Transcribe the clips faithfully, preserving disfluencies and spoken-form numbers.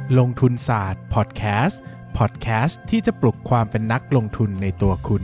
ลงทุนศาสตร์พอดแคสต์พอดแคสต์ที่จะปลุกความเป็นนักลงทุนในตัวคุณ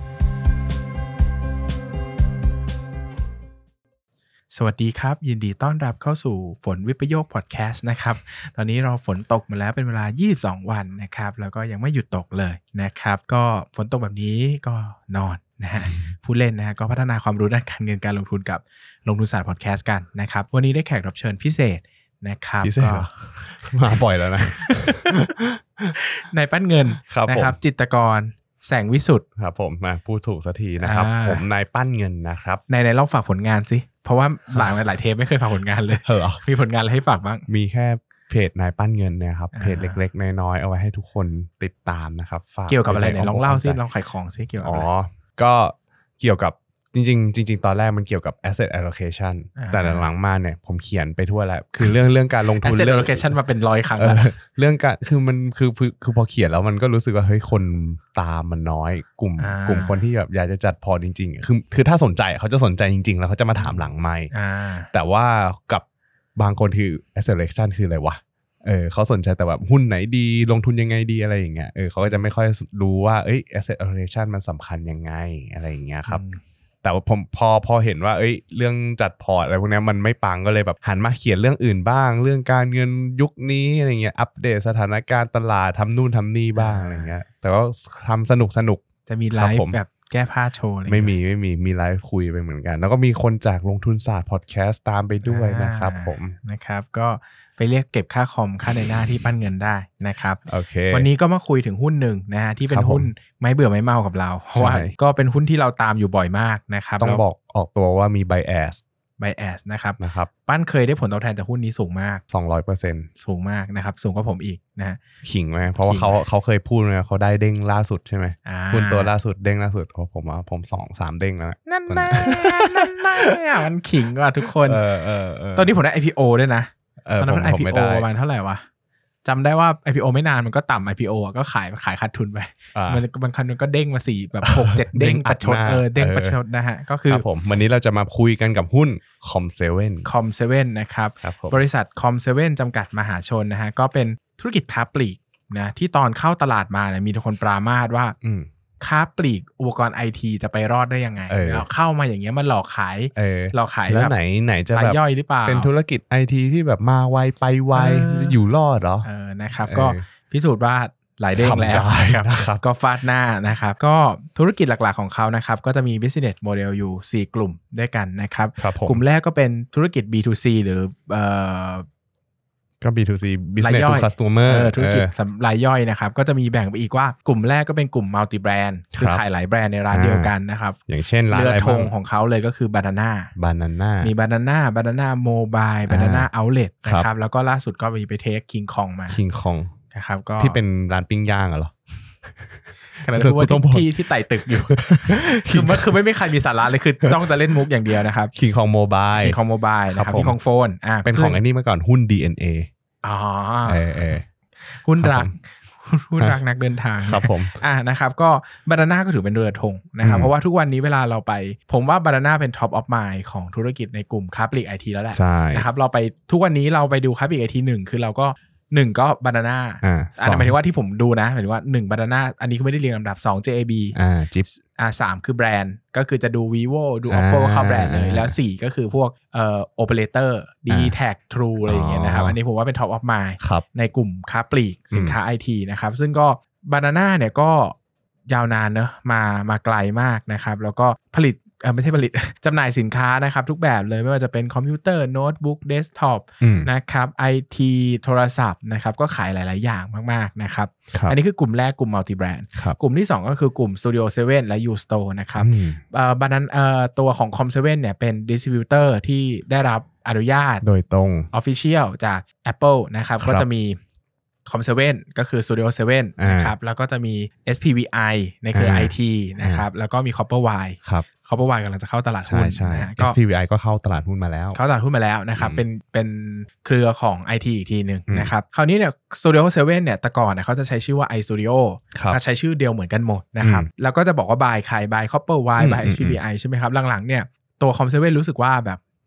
สวัสดีครับยินดีต้อนรับเข้าสู่ฝนวิปโยคพอดแคสต์นะครับตอนนี้เราฝนตกมาแล้วเป็นเวลายี่สิบสองวันนะครับแล้วก็ยังไม่หยุดตกเลยนะครับก็ฝนตกแบบนี้ก็นอนนะฮะผู้เล่นนะฮะก็พัฒนาความรู้ด้านการเงินการลงทุนกับลงทุนศาสตร์พอดแคสต์กันนะครับวันนี้ได้แขกรับเชิญพิเศษนะครับก็มาบ่อยแล้วนะนายปั้นเงินนะครับจิตรกรแสงวิสุทธิ์ครับผมมาพูดถูกสักทีนะครับผมนายปั้นเงินนะครับในในลองฝากผลงานสิเพราะว่าหลายหลายเทปไม่เคยฝากผลงานเลยเหรอมีผลงานอะไรให้ฝากบ้างมีแค่เพจนายปั้นเงินเนี่ยครับเพจเล็กๆน้อยๆเอาไว้ให้ทุกคนติดตามนะครับฝากเกี่ยวกับอะไรเนี่ยลองเล่าสิลองขายของสิเกี่ยวกับอะไรอ๋อก็เกี่ยวกับจริงๆจริงๆตอนแรกมันเกี่ยวกับ asset allocation แต่หลังๆมาเนี่ยผมเขียนไปทั่วแล้วคือเรื่องเรื่องการลงทุน asset allocation มาเป็นร้อยครั้งแล้วเรื่องการคือมันคือคือพอเขียนแล้วมันก็รู้สึกว่าเฮ้ยคนตามมันน้อยกลุ่มกลุ่มคนที่แบบอยากจะจัดพอร์ตจริงๆคือคือถ้าสนใจเขาจะสนใจจริงๆแล้วเขาจะมาถามหลังไมค์แต่ว่ากับบางคนคือ asset allocation คืออะไรวะเออเขาสนใจแต่แบบหุ้นไหนดีลงทุนยังไงดีอะไรอย่างเงี้ยเออเขาก็จะไม่ค่อยรู้ว่าเอ้ย asset allocation มันสำคัญยังไงอะไรอย่างเงี้ยครับแต่ว่าผมพอพอเห็นว่าเอ้ยเรื่องจัดพอร์ตอะไรพวกนี้มันไม่ปังก็เลยแบบหันมาเขียนเรื่องอื่นบ้างเรื่องการเงินยุคนี้อะไรเงี้ยอัปเดตสถานการณ์ตลาดทำนู่นทำนี่บ้างอะไรเงี้ยแต่ว่าทำสนุกสนุกจะมีไลฟ์แบบแก้ผ้าโชว์อะไรไม่มีไม่มีมีไลฟ์คุยไปเหมือนกันแล้วก็มีคนจากลงทุนศาสตร์พอดแคสต์ตามไปด้วยนะครับผมนะครับก็ไปเรียกเก็บค่าคอมค่าในหน้าที่ปั้นเงินได้นะครับโอเควันนี้ก็มาคุยถึงหุ้นหนึ่งนะฮะที่เป็นหุ้นไม่เบื่อไม่เมากับเราเพราะว่าก็เป็นหุ้นที่เราตามอยู่บ่อยมากนะครับต้องบอกออกตัวว่ามี bias bias นะครับนะครับปั้นเคยได้ผลตอบแทนจากหุ้นนี้สูงมากสองร้อยเปอร์เซ็นต์สูงมากนะครับสูงกว่าผมอีกนะฮะขิงไหมเพราะว่าเขาเขาเคยพูดเลยเขาได้เด้งล่าสุดใช่ไหมหุ้นตัวล่าสุดเด้งล่าสุดเพราะผมว่าผมสองสามเด้งแล้วนั่นแน่นั่นแน่มันขิงว่ะทุกคนเออเออตอนนี้ผมได้ ไอ พี โอ ด้วยนะตอนนั้นมัน ไอ พี โอ ประมาณเท่าไหร่วะจำได้ว่า ไอ พี โอ ไม่นานมันก็ต่ำ ไอ พี โอ ก็ขายขายขาดทุนไปมันบางครั้งมันก็เด้งมาสี่แบบหกเจ็ดเด้งประชดเออเด้งประชดนะฮะก็คือครับผมวันนี้เราจะมาคุยกันกับหุ้น คอม เซเว่นคอม เซเว่น นะครับบริษัท คอม เซเว่น จำกัดมหาชนนะฮะก็เป็นธุรกิจค้าปลีกนะที่ตอนเข้าตลาดมาเนี่ยมีทุกคนปรามาสว่าค้าปลีกอุปกรณ์ไอทีจะไปรอดได้ยังไงแล้วเข้ามาอย่างเงี้ยมันหลอกขายหลอกขายแล้วไหนไหนจะแบบย่อยหรือเปล่าเป็นธุรกิจไอทีที่แบบมาไวไปไวจะอยู่รอดเหรอเออนะครับก็พิสูจน์ว่าหลายเด้งแล้วนะครับก็ฟาดหน้านะครับก็ธุรกิจหลักๆของเขานะครับก็จะมี business model อยู่สี่กลุ่มด้วยกันนะครับกลุ่มแรกก็เป็นธุรกิจ บี ทู ซี หรือเอ่อก็ บี ทู ซี business to customer ธุรกิจรายย่อยนะครับก็จะมีแบ่งไปอีกว่ากลุ่มแรกก็เป็นกลุ่ม multi brand คือขายหลายแบรนด์ในร้านเดียวกันนะครับอย่างเช่นร้านอะไรบ้างเรือธงของเขาเลยก็คือ Banana Banana มี Banana Banana Mobile Banana Outlet นะครับแล้วก็ล่าสุดก็มีไปเทค King Kong มา King Kong นะครับก็ที่เป็นร้านปิ้งย่างเหรอขนาดที่ว่าที่ที่ไต่ตึกอยู่คือมันคือไม่มีใครมีสาระเลยคือต้องจะเล่นมุกอย่างเดียวนะครับ King Kong Mobile King Kong Mobile นะครับ King Kong Phone อ่าเป็นของไอ้นี่มาก่อนหุ้น ดี เอ็น เออ๋อเออเออหุ้นรักหุ้นรักนักเดินทางครับผมอ่านะครับก็ Banana ก็ถือเป็นเรือธงนะครับเพราะว่าทุกวันนี้เวลาเราไปผมว่า Banana เป็น top of mind ของธุรกิจในกลุ่มค้าปลีก ไอ ที แล้วแหละนะครับเราไปทุกวันนี้เราไปดูค้าปลีก ไอ ที หนึ่งคือเราก็หนึ่งก็ Banana อ่าหมายถึงว่าที่ผมดูนะหมายถึงว่าหนึ่ง Banana อันนี้คือไม่ได้เรียงลำดับสอง เจ เอ บีอ่า Jeep อ่าสามคือแบรนด์ก็คือจะดู Vivo ดู Oppo เข้าแบรนด์เลยแล้วสี่ก็คือพวกเอ่อ operator ดี แท็ก True อะไรอย่างเงี้ยนะครับอันนี้ผมว่าเป็น top of mind ในกลุ่มค้าปลีกสินค้า ไอ ที นะครับซึ่งก็ Banana เนี่ยก็ยาวนานเนอะมามาไกลมากนะครับแล้วก็ผลิตเออไม่ใช่ผลิต จำหน่ายสินค้านะครับทุกแบบเลยไม่ว่าจะเป็นคอมพิวเตอร์โน้ตบุ๊กเดสก์ท็อปนะครับ ไอ ที โทรศัพท์นะครับก็ขายหลายๆอย่างมากๆนะครับอันนี้คือกลุ่มแรกกลุ่มมัลติแบรนด์กลุ่มที่สองก็คือกลุ่ม Studio เซเว่น และ U-Store นะครับเอ่อบันนั้นเอ่อตัวของ คอม เซเว่น เนี่ยเป็นดิสทริบิวเตอร์ที่ได้รับอนุญาตโดยตรง Official จาก Apple นะครับก็จะมีคอม เซเว่น ก็คือ Studio เซเว่น นะครับแล้วก็จะมี เอส พี วี ไอ ในเครือ ไอ ที นะครับแล้วก็มี Copperwire ครับ Copperwire กำลังจะเข้าตลาดหุ้นนะฮะเอส พี วี ไอ ก็เข้าตลาดหุ้นมาแล้วเข้าตลาดหุ้นมาแล้วนะครับเป็นเป็นเครือของ ไอ ที อีกทีนึงนะครับคราวนี้เนี่ย Studio เซเว่น เนี่ยแต่ก่อนเนี่ยเขาจะใช้ชื่อว่า iStudio เขาใช้ชื่อเดียวเหมือนกันหมดนะครับแล้วก็จะบอกว่า by ใคร by Copperwire by เอส พี วี ไอ ใช่ไหมครับหลังๆเนี่ยตัว คอม เซเว่น รู้สึกว่าแบบ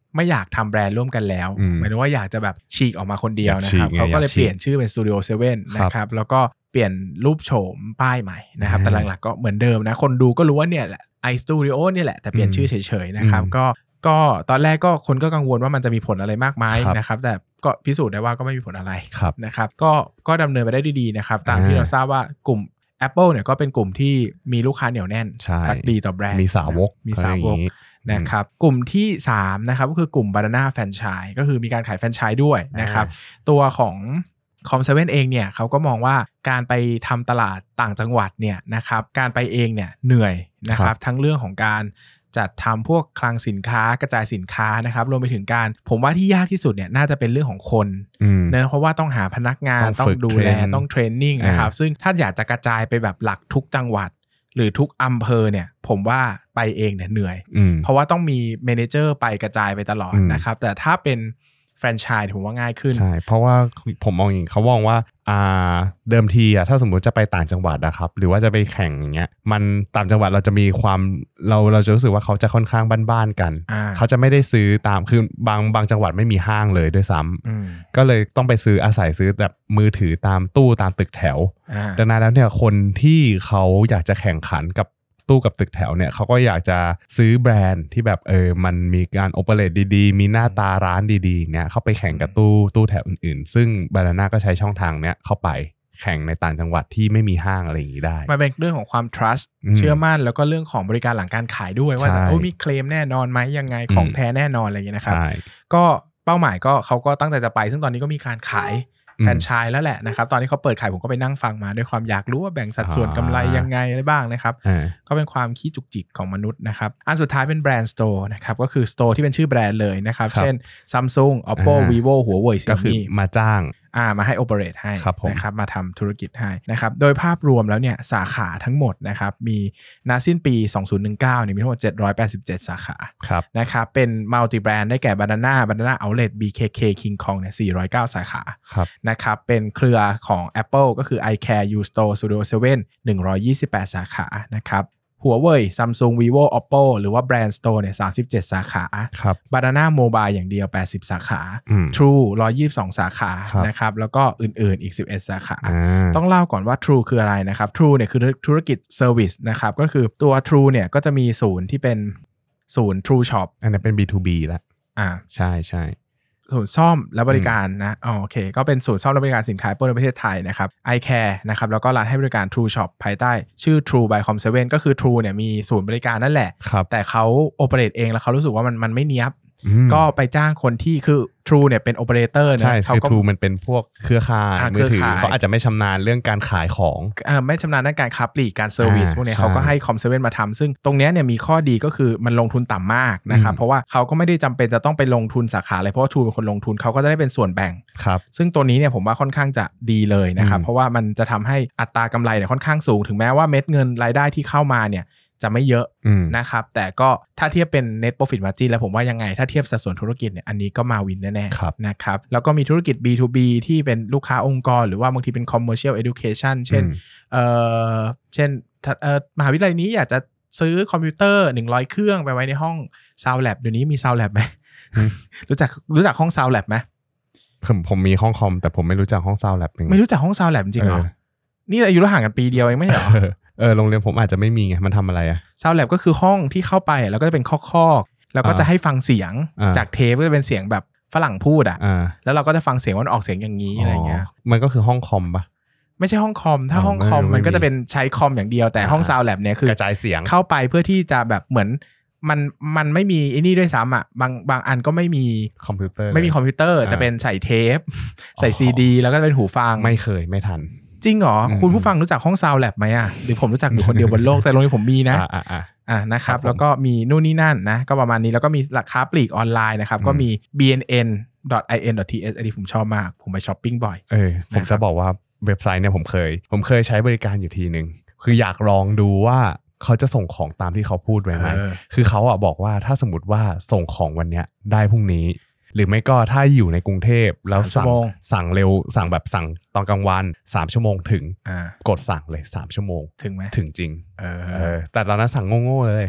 ไม่อยากทำแบรนด์ร่วมกันแล้วหมายถึงว่าอยากจะแบบฉีกออกมาคนเดียวนะครับเขาก็เลยเปลี่ยนชื่อเป็น Studio เซเว่น นะครับแล้วก็เปลี่ยนรูปโฉมป้ายใหม่นะครับแต่หลักๆก็เหมือนเดิมนะคนดูก็รู้ว่าเนี่ยแหละ iStudio เนี่ยแหละแต่เปลี่ยนชื่อเฉยๆนะครับก็ก็ตอนแรกก็คนก็กังวลว่ามันจะมีผลอะไรมากมายนะครับแต่ก็พิสูจน์ได้ว่าก็ไม่มีผลอะไรนะครับก็ก็ดำเนินไปได้ดีๆนะครับตามที่เราทราบว่ากลุ่ม Apple เนี่ยก็เป็นกลุ่มที่มีลูกค้าเหนียวแน่นพักดีต่อแบรนด์มีสาวกมีสาวกนะครับกลุ่มที่สามนะครับก็คือกลุ่ม Banana Franchise ก็คือมีการขายแฟรนไชส์ด้วยนะครับตัวของ คอม เซเว่น เองเนี่ยเขาก็มองว่าการไปทำตลาดต่างจังหวัดเนี่ยนะครับการไปเองเนี่ยเหนื่อยนะครับทั้งเรื่องของการจัดทำพวกคลังสินค้ากระจายสินค้านะครับรวมไปถึงการผมว่าที่ยากที่สุดเนี่ยน่าจะเป็นเรื่องของคนเนะเพราะว่าต้องหาพนักงานต้องดูแลต้องเทรนนิ่งนะครับซึ่งถ้าอยากจะกระจายไปแบบหลักทุกจังหวัดหรือทุกอำเภอเนี่ยผมว่าไปเองเนี่ยเหนื่อยเพราะว่าต้องมีเมเนเจอร์ไปกระจายไปตลอดนะครับแต่ถ้าเป็นแฟรนไชส์ผมว่าง่ายขึ้นใช่เพราะว่าผมมองอย่างเขามองว่าอ่าเดิมทีอ่ะถ้าสมมุติจะไปต่างจังหวัดนะครับหรือว่าจะไปแข่งอย่างเงี้ยมันต่างจังหวัดเราจะมีความเราเราจะรู้สึกว่าเขาจะค่อนข้างบ้านๆกันเขาจะไม่ได้ซื้อตามคือบางบางจังหวัดไม่มีห้างเลยด้วยซ้ำก็เลยต้องไปซื้ออาศัยซื้อแบบมือถือตามตู้ตามตึกแถวดังนั้นแล้วเนี่ยคนที่เขาอยากจะแข่งขันกับตู้กับตึกแถวเนี่ยเขาก็อยากจะซื้อแบรนด์ที่แบบเออมันมีการโอเปเรตดีๆมีหน้าตาร้านดีๆเนี่ยเข้าไปแข่งกับตู้ตู้แถวอื่นๆซึ่ง Banana ก็ใช้ช่องทางเนี้ยเข้าไปแข่งในต่างจังหวัดที่ไม่มีห้างอะไรอย่างนี้ได้มันเป็นเรื่องของความ trust เชื่อมั่นแล้วก็เรื่องของบริการหลังการขายด้วยว่าโอ้มีเคลมแน่นอนไหมยังไงของแท้แน่นอนอะไรอย่างนี้นะครับก็เป้าหมายก็เขาก็ตั้งใจจะไปซึ่งตอนนี้ก็มีการขายแฟรนไชส์แล้วแหละนะครับตอนที่เขาเปิดขายผมก็ไปนั่งฟังมาด้วยความอยากรู้ว่าแบ่งสัดส่วนกำไรยังไงอะไรบ้างนะครับก็เป็นความขี้จุกจิกของมนุษย์นะครับอันสุดท้ายเป็นแบรนด์สโตร์นะครับก็คือสโตร์ที่เป็นชื่อแบรนด์เลยนะครับเช่น Samsung Oppo Vivo Huawei ก็คือมาจ้างอ่ามาให้โอเปเรตให้นะครับมาทำธุรกิจให้นะครับโดยภาพรวมแล้วเนี่ยสาขาทั้งหมดนะครับมีณสิ้นปีสองพันสิบเก้าเนี่ยมีทั้งหมดเจ็ดร้อยแปดสิบเจ็ดสาขานะครับเป็นมัลติแบรนด์ได้แก่ Banana Banana Outlet บี เค เค King Kong เนี่ยสี่ร้อยเก้าสาขานะครับเป็นเครือของ Apple ก็คือ iCare U-Store Studio เซเว่น หนึ่งร้อยยี่สิบแปดสาขานะครับHuawei Samsung Vivo Oppo หรือว่าแบรนด์ Store เนี่ยสามสิบเจ็ดสาขา Banana Mobile อย่างเดียวแปดสิบสาขา True หนึ่งร้อยยี่สิบสองสาขานะครับแล้วก็อื่นๆอีกสิบเอ็ดสาขาต้องเล่าก่อนว่า True คืออะไรนะครับ True เนี่ยคือธุรกิจ Service นะครับก็คือตัว True เนี่ยก็จะมีศูนย์ที่เป็นศูนย์ True Shop อันนั้นเป็น บี ทู บี แล้วอ่าใช่ๆศูนย์ซ่อมและบริการนะอ๋อโอเคก็เป็นศูนย์ซ่อมและบริการสินค้า Apple ในประเทศไทยนะครับ iCare นะครับแล้วก็ร้านให้บริการ True Shop ภายใต้ชื่อ True by คอม เซเว่น ก็คือ True เนี่ยมีศูนย์บริการนั่นแหละแต่เขาโอเปเรตเองแล้วเขารู้สึกว่ามันมันไม่เนียบก็ไปจ้างคนที่คือ True เนี่ยเป็นโอเปอเรเตอร์นะใช่คือ True มันเป็นพวกเครือข่ายมือถือเขาอาจจะไม่ชำนาญเรื่องการขายของอ่าไม่ชำนาญด้านการค้าปลีกการเซอร์วิสพวกนี้เขาก็ให้ คอม เซเว่น มาทำซึ่งตรงนี้เนี่ยมีข้อดีก็คือมันลงทุนต่ำมากนะครับเพราะว่าเขาก็ไม่ได้จำเป็นจะต้องไปลงทุนสาขาอะไรเพราะว่า True เป็นคนลงทุนเขาก็จะได้เป็นส่วนแบ่งครับซึ่งตัวนี้เนี่ยผมว่าค่อนข้างจะดีเลยนะครับเพราะว่ามันจะทำให้อัตรากำไรเนี่ยค่อนข้างสูงถึงแม้ว่าเม็ดเงินรายได้ที่เข้ามาเนี่ยจะไม่เยอะนะครับแต่ก็ถ้าเทียบเป็น net profit margin แล้วผมว่ายังไงถ้าเทียบสัดส่วนธุรกิจเนี่ยอันนี้ก็มาวินแน่ๆนะครับแล้วก็มีธุรกิจ บี ทู บี ที่เป็นลูกค้าองค์กรหรือว่าบางทีเป็น commercial education เช่นเอ่อเช่นเอ่อมหาวิทยาลัยนี้อยากจะซื้อคอมพิวเตอร์หนึ่งร้อยเครื่องไปไว้ในห้อง Sound Lab เดี๋ยวนี้มี Sound Lab มั้ย รู้จักรู้จักห้อง Sound Lab มั้ยผมผมมีห้องคอมแต่ผมไม่รู้จักห้อง Sound Lab ไม่รู้จักห้อง Sound Lab จริงเหรอนี่อายุห่างกันปีเดียวเองไม่ใช่เหรอเออโรงเรียนผมอาจจะไม่มีไงมันทำอะไรอะ Sound Lab ก็คือห้องที่เข้าไปแล้วก็จะเป็นคอกๆแล้วก็จะให้ฟังเสียงจากเทปก็จะเป็นเสียงแบบฝรั่งพูดอ่ะแล้วเราก็จะฟังเสียงว่าออกเสียงอย่างนี้อะไรเงี้ยมันก็คือห้องคอมปะไม่ใช่ห้องคอมถ้าห้องคอมมันก็จะเป็นใช้คอมอย่างเดียวแต่ห้อง Sound Lab เนี่ยคือกระจายเสียงเข้าไปเพื่อที่จะแบบเหมือนมันมันไม่มีไอ้นี่ด้วยซ้ำอ่ะบางบางอันก็ไม่มีคอมพิวเตอร์ไม่มีคอมพิวเตอร์จะเป็นใส่เทปใส่ซีดีแล้วก็เป็นหูฟังไม่เคยไม่ทันจริงเหรอคุณผู้ฟังรู้จักห้อง Sound Lab ไหมอ่ะหรือผมรู้จักอยู่คนเดียวบนโลกแต่โรงเรียนผมมีนะอ่าอ่าอ่านะครับแล้วก็มีนู่นนี่นั่นนะก็ประมาณนี้แล้วก็มีราคาปลีกออนไลน์นะครับก็มี บี เอ็น เอ็น ดอท ไอ เอ็น ดอท ที เอช อันนี้ผมชอบมากผมไปช้อปปิ้งบ่อยเออผมจะบอกว่าเว็บไซต์เนี่ยผมเคยผมเคยใช้บริการอยู่ทีนึงคืออยากลองดูว่าเขาจะส่งของตามที่เขาพูดไว้ไหมคือเขาอ่ะบอกว่าถ้าสมมติว่าส่งของวันเนี้ยได้พรุ่งนี้หรือไม่ก็ถ้าอยู่ในกรุงเทพแล้วสั่งสั่งเร็วสั่งแบบสั่งตอนกลางวันสามชั่วโมงถึงกดสั่งเลยสามชั่วโมงถึงไหมถึงจริงเออแต่ตอนนั้นสั่งโง่ๆเลย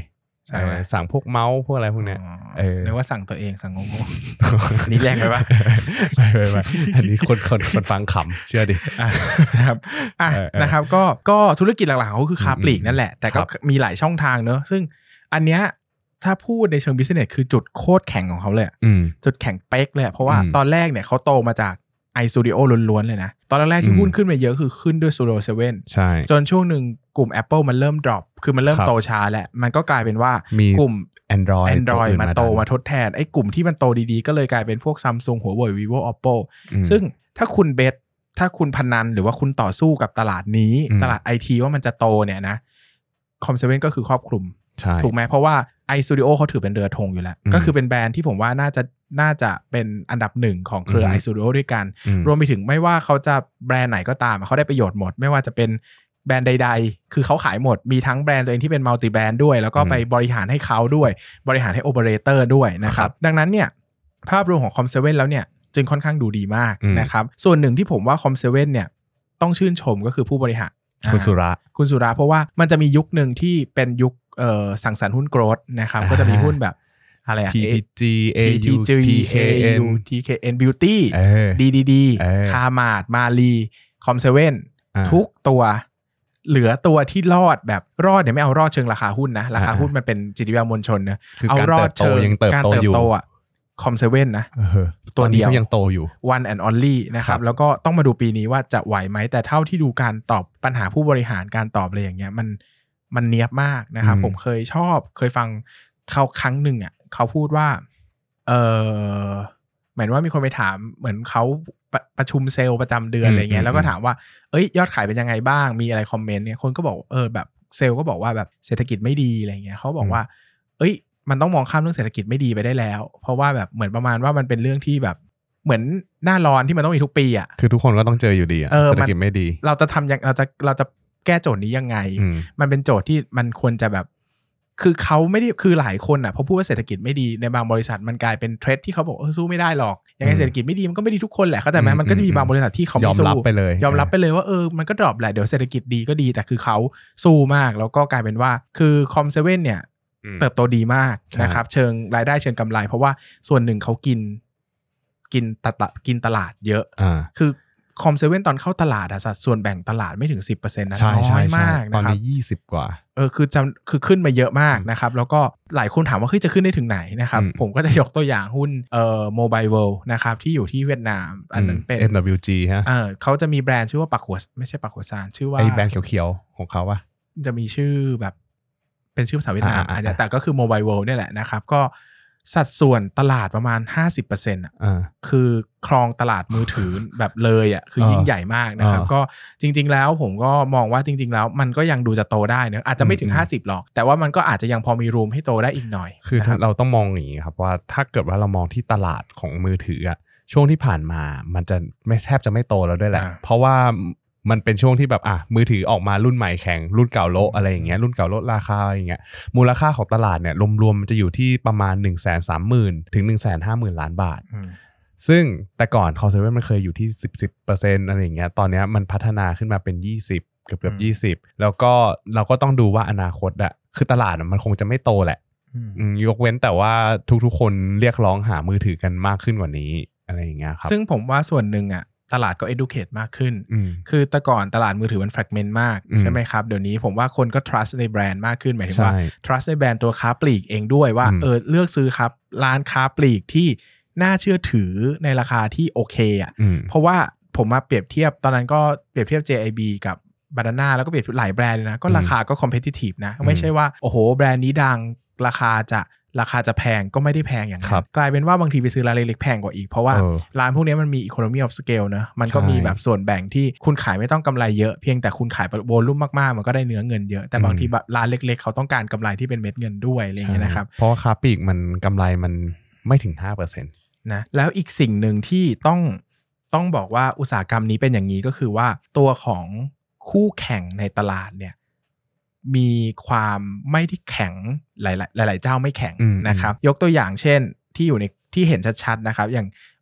สั่งพวกเมาส์พวกอะไรพวกเนี้ยเออนึกว่าสั่งตัวเองสั่งงงๆนี่แรงไปป่ะไม่ไม่อันนี้คนคนคนฟังขำเชื่อดินะครับอ่ะนะครับก็ก็ธุรกิจหลักๆเขาคือค้าปลีกนั่นแหละแต่ก็มีหลายช่องทางเนอะซึ่งอันเนี้ยถ้าพูดในเชิงบิสเนสคือจุดโคตรแข็งของเขาเลยจุดแข็งเป๊กเลยเพราะว่าตอนแรกเนี่ยเขาโตมาจากiStudio ล้วนๆเลยนะตอนแรกๆที่หุ้นขึ้นมาเยอะคือขึ้นด้วย Studio เซเว่นใช่จนช่วงหนึ่งกลุ่ม Apple มันเริ่ม drop คือมันเริ่มโตช้าแหละมันก็กลายเป็นว่ากลุ่ม Android Android มาโตมาทดแทนไอ้กลุ่มที่มันโตดีๆก็เลยกลายเป็นพวก Samsung Huawei Vivo Oppo ซึ่งถ้าคุณเบสถ้าคุณพนันหรือว่าคุณต่อสู้กับตลาดนี้ตลาด ไอ ที ว่ามันจะโตเนี่ยนะ คอม เซเว่น ก็คือครอบคลุมถูกไหมเพราะว่า iStudio เขาถือเป็นเรือธงอยู่แล้วก็คือเป็นแบรนด์ที่ผมว่าน่าจะน่าจะเป็นอันดับหนึ่งของเครือ iStudio ด้วยกันรวมไปถึงไม่ว่าเขาจะแบรนด์ไหนก็ตามเขาได้ประโยชน์หมดไม่ว่าจะเป็นแบรนด์ใดๆคือเขาขายหมดมีทั้งแบรนด์ตัวเองที่เป็นมัลติแบรนด์ด้วยแล้วก็ไปบริหารให้เขาด้วยบริหารให้โอเปอเรเตอร์ด้วยนะครับดังนั้นเนี่ยภาพรวมของ คอม เซเว่น แล้วเนี่ยจึงค่อนข้างดูดีมากนะครับส่วนหนึ่งที่ผมว่า คอม เซเว่น เนี่ยต้องชื่นชมก็คือผู้บริหารคุณสุระคุณสุระเพราะว่ามันจะมียุคหนึ่งที่เป็นยุคเอ่อสังสรรค์หุ้นโกรทนะครับก็จะมีหุ้นแบบอะไรอะพี ที จี เอ ยูที เค เอ็น ที เค เอ็น Beauty ดี ดี ดี คามาดมาลีคอม เซเว่น ทุกตัวเหลือตัวที่รอดแบบรอดเนี่ยไม่เอารอดเชิงราคาหุ้นนะราคาหุ้นมันเป็นจิตวิทยามวลชนนะเอารอดเชิงการเติบโตอ่ะคอม เซเว่น นะตัวเดียวยังโตอยู่ one and only นะครับแล้วก็ต้องมาดูปีนี้ว่าจะไหวไหมแต่เท่าที่ดูการตอบปัญหาผู้บริหารการตอบอะไรอย่างเงี้ยมันมันเนียบมากนะครับผมเคยชอบเคยฟังเขาครั้งหนึ่งอ่ะเขาพูดว่าเออเหมือนว่ามีคนไปถามเหมือนเขาประประชุมเซลล์ประจำเดือนอะไรเงี้ยแล้วก็ถามว่าเอ้ยยอดขายเป็นยังไงบ้างมีอะไรคอมเมนต์เนี่ยคนก็บอกเออแบบเซลล์ก็บอกว่าแบบเศรษฐกิจไม่ดีอะไรเงี้ยเขาบอกว่าเอ้ยมันต้องมองข้ามเรื่องเศรษฐกิจไม่ดีไปได้แล้วเพราะว่าแบบเหมือนประมาณว่ามันเป็นเรื่องที่แบบเหมือนหน้าร้อนที่มันต้องมีทุกปีอ่ะคือทุกคนก็ต้องเจออยู่ดีอ่ะเศรษฐกิจไม่ดีเราจะทำยังเราจะเราจะแก้โจทย์นี้ยังไงมันเป็นโจทย์ที่มันควรจะแบบคือเขาไม่ได้คือหลายคนอ่ะพอพูดว่าเศรษฐกิจไม่ดีในบางบริษัทมันกลายเป็นเทรดที่เขาบอกเออสู้ไม่ได้หรอกยังไงเศรษฐกิจไม่ดีมันก็ไม่ดีทุกคนแหละเข้าใจไหมมันก็จะมีบางบริษัทที่เขาไม่สู้ยอมรับไปเลยยอมรับไปเลยว่าเออมันก็ดรอปแหละเดี๋ยวเศรษฐกิจดีก็ดีแต่คือเขาสู้มากแล้วก็กลายเป็นว่าคือคอม เซเว่น เนี่ยเติบโตดีมากนะครับเชิงรายได้เชิงกำไรเพราะว่าส่วนหนึ่งเขากินกินตลาดกินตลาดเยอะคือคอม เซเว่น ตอนเข้าตลาดอะสัดส่วนแบ่งตลาดไม่ถึง สิบเปอร์เซ็นต์ นะน้อยมากนะครับตอนนี้ยี่สิบกว่าเออคือจำคือขึ้นมาเยอะมากนะครับแล้วก็หลายคนถามว่าเฮ้ยจะขึ้นได้ถึงไหนนะครับผมก็จะยกตัวอย่างหุ้นเอ่อ Mobile World นะครับที่อยู่ที่เวียดนามอันนั้นเป็นเอ็ม ดับเบิลยู จี ฮะเออเขาจะมีแบรนด์ชื่อว่าปักหัวไม่ใช่ปักหัวซานชื่อว่าไอ้แบรนด์เขียวๆของเขาป่ะจะมีชื่อแบบเป็นชื่อภาษาเวียดนามอาจจะแต่ก็คือ Mobile World เนี่ยแหละนะครับก็สัดส่วนตลาดประมาณ ห้าสิบเปอร์เซ็นต์ อ่ะคือครองตลาดมือถือแบบเลยอ่ะคือยิ่งใหญ่มากนะครับก็จริงๆแล้วผมก็มองว่าจริงๆแล้วมันก็ยังดูจะโตได้เนอะอาจจะไม่ถึงห้าสิบหรอกแต่ว่ามันก็อาจจะยังพอมีรูมให้โตได้อีกหน่อยคือเราต้องมองอย่างนี้ครับว่าถ้าเกิดว่าเรามองที่ตลาดของมือถืออ่ะช่วงที่ผ่านมามันจะไม่แทบจะไม่โตแล้วด้วยแหละเพราะว่ามันเป็นช่วงที่แบบอ่ะมือถือออกมารุ่นใหม่แข่งรุ่นเก่าโลอะไรอย่างเงี้ยรุ่นเก่าลดราคาอะไรอย่างเงี้ยมูลค่าของตลาดเนี่ยรวมๆมันจะอยู่ที่ประมาณ หนึ่งแสนสามหมื่น ถึง หนึ่งแสนห้าหมื่น ล้านบาทซึ่งแต่ก่อน คอม เซเว่น มันเคยอยู่ที่ สิบ สิบเปอร์เซ็นต์ อะไรอย่างเงี้ยตอนนี้มันพัฒนาขึ้นมาเป็นยี่สิบเกือบๆยี่สิบแล้วก็เราก็ต้องดูว่าอนาคตอะคือตลาดมันคงจะไม่โตแหละยกเว้นแต่ว่าทุกๆคนเรียกร้องหามือถือกันมากขึ้นกว่านี้อะไรอย่างเงี้ยครับซึ่งผมว่าส่วนหนึ่งอะตลาดก็ educate มากขึ้นคือแต่ก่อนตลาดมือถือมัน fragment มากใช่ไหมครับเดี๋ยวนี้ผมว่าคนก็ trust ในแบรนด์มากขึ้นหมายถึงว่า trust ในแบรนด์ตัวค้าปลีกเองด้วยว่าเออเลือกซื้อครับร้านค้าปลีกที่น่าเชื่อถือในราคาที่โอเคอ่ะเพราะว่าผมมาเปรียบเทียบตอนนั้นก็เปรียบเทียบ เจ ไอ บี กับ Banana แล้วก็เปรียบหลายแบรนด์เลยนะก็ราคาก็ competitive นะไม่ใช่ว่าโอ้โหแบรนด์นี้ดังราคาจะราคาจะแพงก็ไม่ได้แพงอย่างนั้นกลายเป็นว่าบางทีไปซื้อร้านเล็กๆแพงกว่าอีกเพราะว่าร้านพวกนี้มันมี economy of scale นะมันก็มีแบบส่วนแบ่งที่คุณขายไม่ต้องกำไรเยอะเพียงแต่คุณขายโวลุ่มมากๆมันก็ได้เนื้อเงินเยอะแต่บางทีร้านเล็กๆเขาต้องการกำไรที่เป็นเม็ดเงินด้วยอะไรอย่างเงี้ยนะครับเพราะว่าค้าปลีกมันกำไรมันไม่ถึง ห้าเปอร์เซ็นต์นะแล้วอีกสิ่งหนึ่งที่ต้องต้องบอกว่าอุตสาหกรรมนี้เป็นอย่างนี้ก็คือว่าตัวของคู่แข่งในตลาดเนี่ยมีความไม่ได้แข็งหลายๆหลายๆเจ้าไม่แข็งนะครับยกตัวอย่างเช่นที่อยู่ในที่เห็นชัดๆนะครับอย่าง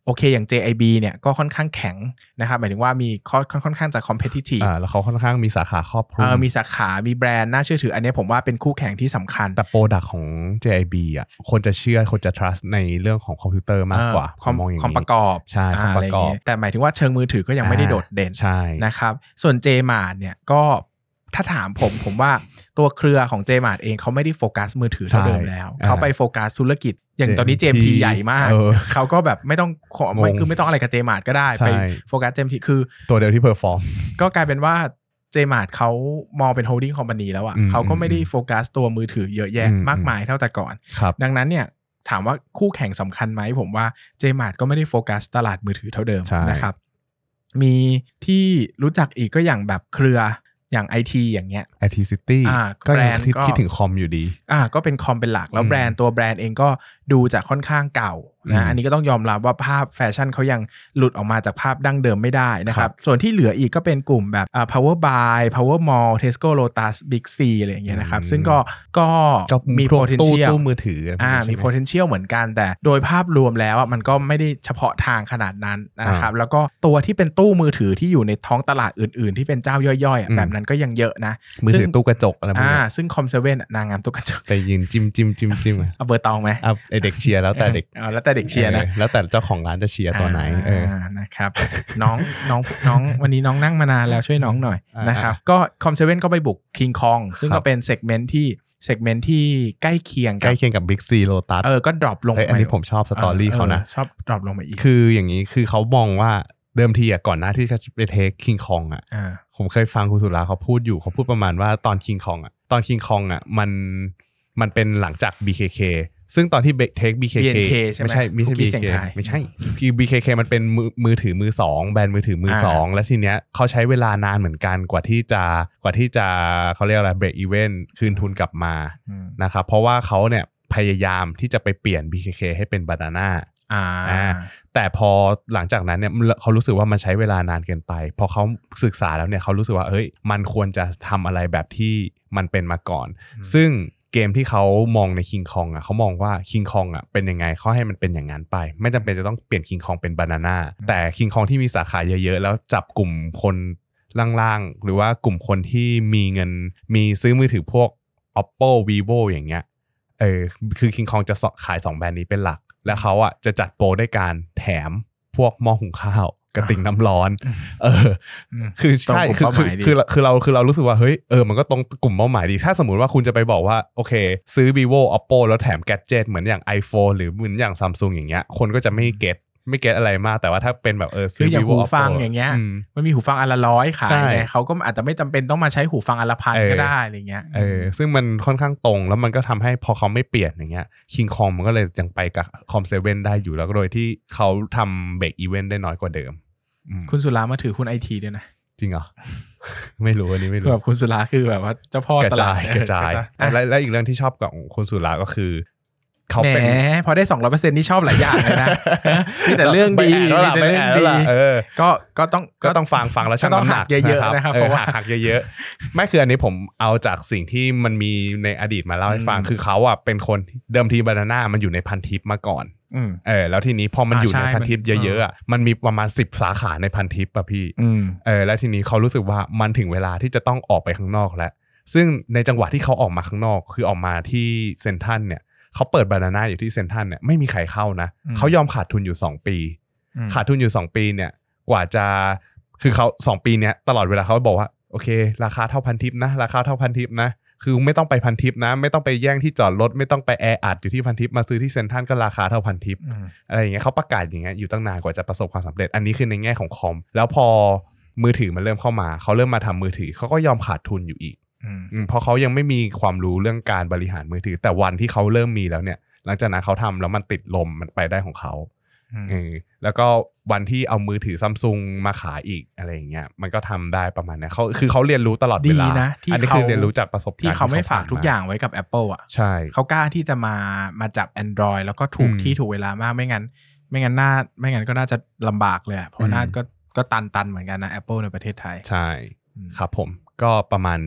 โอเคอย่าง เจ ไอ บี เนี่ยก็ค่อนข้างแข็งนะครับหมายถึงว่ามีค่อนข้างจะ competitive อ่าแล้วเขาค่อนข้างมีสาขาครอบคลุมเออมีสาขามีแบรนด์น่าเชื่อถืออันนี้ผมว่าเป็นคู่แข่งที่สำคัญแต่โปรดักต์ของ เจ ไอ บี อ่ะคนจะเชื่อคนจะ trust ในเรื่องของคอมพิวเตอร์มากกว่าคอมคอมประกอบใช่คอมประกอบแต่หมายถึงว่าเชิงมือถือก็ยังไม่ได้โดดเด่นนะครับส่วน Jmart เนี่ยก็ถ้าถามผมผมว่าตัวเครือของ Jmart เองเขาไม่ได้โฟกัสมือถือเท่าเดิมแล้วเขาไปโฟกัสธุรกิจอย่างตอนนี้ เจ เอ็ม ที ใหญ่มากเขาก็แบบไม่ต้องไม่คือไม่ต้องอะไรกับ Jmart ก็ได้ไปโฟกัส เจ เอ็ม ที คือตัวเดียวที่เพอร์ฟอร์มก็กลายเป็นว่า Jmart เขามองเป็น holding company แล้วอ่ะเขาก็ไม่ได้โฟกัสตัวมือถือเยอะแยะมากมายเท่าแต่ก่อนดังนั้นเนี่ยถามว่าคู่แข่งสำคัญไหมผมว่า Jmart ก็ไม่ได้โฟกัสตลาดมือถือเท่าเดิมนะครับมีที่รู้จักอีกก็อย่างแบบเครืออย่าง ไอ ที อย่างเงี้ยไอ ที City ก็ยังคิดถึงคอมอยู่ดีอ่าก็เป็นคอมเป็นหลักแล้วแบรนด์ตัวแบรนด์เองก็ดูจะค่อนข้างเก่านะอันนี้ก็ต้องยอมรับว่าภาพแฟชั่นเขายังหลุดออกมาจากภาพดั้งเดิมไม่ได้นะครับส่วนที่เหลืออีกก็เป็นกลุ่มแบบอ่า Power Buy Power Mall Tesco Lotus Big C อะไรอย่างเงี้ยนะครับซึ่งก็ก็มี potential ตู้มือถืออ่ามี potential เหมือนกันแต่โดยภาพรวมแล้วอ่ะมันก็ไม่ได้เฉพาะทางขนาดนั้นนะครับแล้วก็ตัวที่เป็นตู้มือถือที่อยู่ในท้องตลาดอื่นๆที่เป็นเจ้าย่อยๆแบบนั้นก็ยังเยอะนะมือถือตู้กระจกอะไรพวกนี้อ่าซึ่ง คอม เซเว่น นางงามตู้กระจกไปยืนจิ้มจิ้มจิ้มจิ้มเอาเบอร์ตองไหมเอาไอเด็กเชียร์แล้วแต่เด็กอ๋อแล้วแต่เด็กเชียร์นะแล้วแต่เจ้าของร้านจะเชียร์ตัวไหนเออนะครับน้องน้องน้องวันนี้น้องนั่งมานานแล้วช่วยน้องหน่อยนะครับก็ คอม เซเว่น ก็ไปบุก King Kong ซึ่งก็เป็นเซกเมนต์ที่เซกเมนต์ที่ใกล้เคียงใกล้เคียงกับ Big C Lotus เออก็ดรอปลงไปอันนี้ผมชอบสตอรี่เขานะชอบดรอปลงมาอีกคืออย่างนี้คือเขามองว่าเดิมทีอ่ะก่อนหน้าที่จะไปเทค King Kong อ่ะผมเคยฟังคุณสุราเขาพูดอยู่เขาพูดประมาณว่าตอน King Kong อ่ะตอน King Kong อ่ะมันมันเป็นหลังจาก บี เค เค ซึ่งตอนที่เทค บี เค เค ไม่ใช่ไม่ใช่ บี เค เค ไม่ใช่คือ บี เค เค มันเป็นมือมือถือมือสองแบรนด์มือถือมือสองแล้วทีเนี้ยเขาใช้เวลานานเหมือนกันกว่าที่จะกว่าที่จะเขาเรียกอะไรเบรกอีเวนต์คืนทุนกลับมานะครับเพราะว่าเขาเนี่ยพยายามที่จะไปเปลี่ยน บี เค เค ให้เป็น Banana อ่าแต่พอหลังจากนั้นเนี่ยเขารู้สึกว่ามันใช้เวลานานเกินไปพอเขาศึกษาแล้วเนี่ยเขารู้สึกว่าเอ้ยมันควรจะทำอะไรแบบที่มันเป็นมาก่อนซึ่งเกมที่เขามองใน King Kong อ่ะเขามองว่า King Kong อ่ะเป็นยังไงเขาให้มันเป็นอย่างนั้นไปไม่จำเป็นจะต้องเปลี่ยน King Kong เป็น Banana แต่ King Kong ที่มีสาขาเยอะๆแล้วจับกลุ่มคนล่างๆหรือว่ากลุ่มคนที่มีเงินมีซื้อมือถือพวก Oppo Vivo อย่างเงี้ยเออคือ King Kong จะขายสองแบรนด์นี้เป็นหลักแล้วเขาอ่ะจะจัดโปรด้วยการแถมพวกหม้อหุงข้าวกระติ่งน้ำร้อนเออคือใช่คือคือคือคือเราคือเรารู้สึกว่าเฮ้ยเออมันก็ตรงกลุ่มเป้าหมายดีถ้าสมมุติว่าคุณจะไปบอกว่าโอเคซื้อ Vivo Oppo แล้วแถมแกดเจ็ตเหมือนอย่าง iPhone หรือเหมือนอย่าง Samsung อย่างเงี้ยคนก็จะไม่เก็ตไม่เก็ตอะไรมากแต่ว่าถ้าเป็นแบบเออซื้ออย่างหูฟังอย่างเงี้ยมันมีหูฟังอันละร้อยขายไงเขาก็อาจจะไม่จำเป็นต้องมาใช้หูฟังอันละพันก็ได้อะไรเงี้ยเออซึ่งมันค่อนข้างตรงแล้วมันก็ทำให้พอเขาไม่เปลี่ยนอย่างเงี้ย King Kong มันก็เลยยังไปกับ คอม เซเว่น ได้อยู่แล้วก็โดยที่เขาทำเบรกอีเวนต์ได้น้อยกว่าเดิมคุณสุรามาถือหุ้น ไอ ที ด้วยนะจริงเหรอไม่รู้อันนี้ไม่รู้แบบคุณสุราคือแบบว่าเจ้าพ่อตลาดกระจายและและอีกเรื่องที่ชอบกับคุณสุราก็คือเขาเป็นพอได้ สองร้อยเปอร์เซ็นต์ นี่ชอบหลายอย่างเลยนะมีแต่เรื่องดีมีแต่เรื่องดีก็ก็ต้องก็ต้องฟังฟังแล้วชั่งน้ำหนักเยอะๆนะครับเพราะว่าหักเยอะๆไม่คืออันนี้ผมเอาจากสิ่งที่มันมีในอดีตมาเล่าให้ฟังคือเขาอ่ะเป็นคนเดิมทีบานาน่ามันอยู่ในพันทิปมาก่อนเออแล้วทีนี้พอมันอยู่ในพันทิปเยอะๆอ่ะมันมีประมาณสิบสาขาในพันทิปป่ะพี่เออแล้วทีนี้เขารู้สึกว่ามันถึงเวลาที่จะต้องออกไปข้างนอกแล้วซึ่งในจังหวะที่เขาออกมาข้างนอกคือออกมาที่เซ็นทรัลเนี่ยเขาเปิดบานาน่าอยู่ที่เซ็นทรัลเนี่ยไม่มีใครเข้านะเขายอมขาดทุนอยู่สองปีขาดทุนอยู่สองปีเนี่ยกว่าจะคือเขาสองปีเนี้ยตลอดเวลาเขาบอกว่าโอเคราคาเท่าพันทิปนะราคาเท่าพันทิปนะคือไม่ต้องไปพันทิปนะไม่ต้องไปแย่งที่จอดรถไม่ต้องไปแออัดอยู่ที่พันทิปมาซื้อที่เซ็นทรัลก็ราคาเท่าพันทิปอะไรอย่างเงี้ยเขาประกาศอย่างเงี้ยอยู่ตั้งนานกว่าจะประสบความสำเร็จอันนี้คือในแง่ของคอมแล้วพอมือถือมันเริ่มเข้ามาเขาเริ่มมาทำมือถือเขาก็ยอมขาดทุนอยู่อีกเพราะเขายังไม่มีความรู้เรื่องการบริหารมือถือแต่วันที่เขาเริ่มมีแล้วเนี่ยหลังจากนั้นเขาทำแล้วมันติดลมมันไปได้ของเขาแล้วก็วันที่เอามือถือ Samsung มาขายอีกอะไรอย่างเงี้ยมันก็ทำได้ประมาณนี้เขาคือเขาเรียนรู้ตลอดเวลานะอันนี้คือเรียนรู้จากประสบการณ์ที่เขาไม่ฝากทุกอย่างไว้กับ Apple อ่ะใช่เขากล้าที่จะมามาจับ Android แล้วก็ถูกที่ถูกเวลามากไม่งั้นไม่งั้นน่าไม่งั้นก็น่าจะลำบากเลยเพราะน่าก็ก็ตันตันเหมือนกันนะ Apple ในประเทศไทยใช่ครับผมก็ประมาณนี้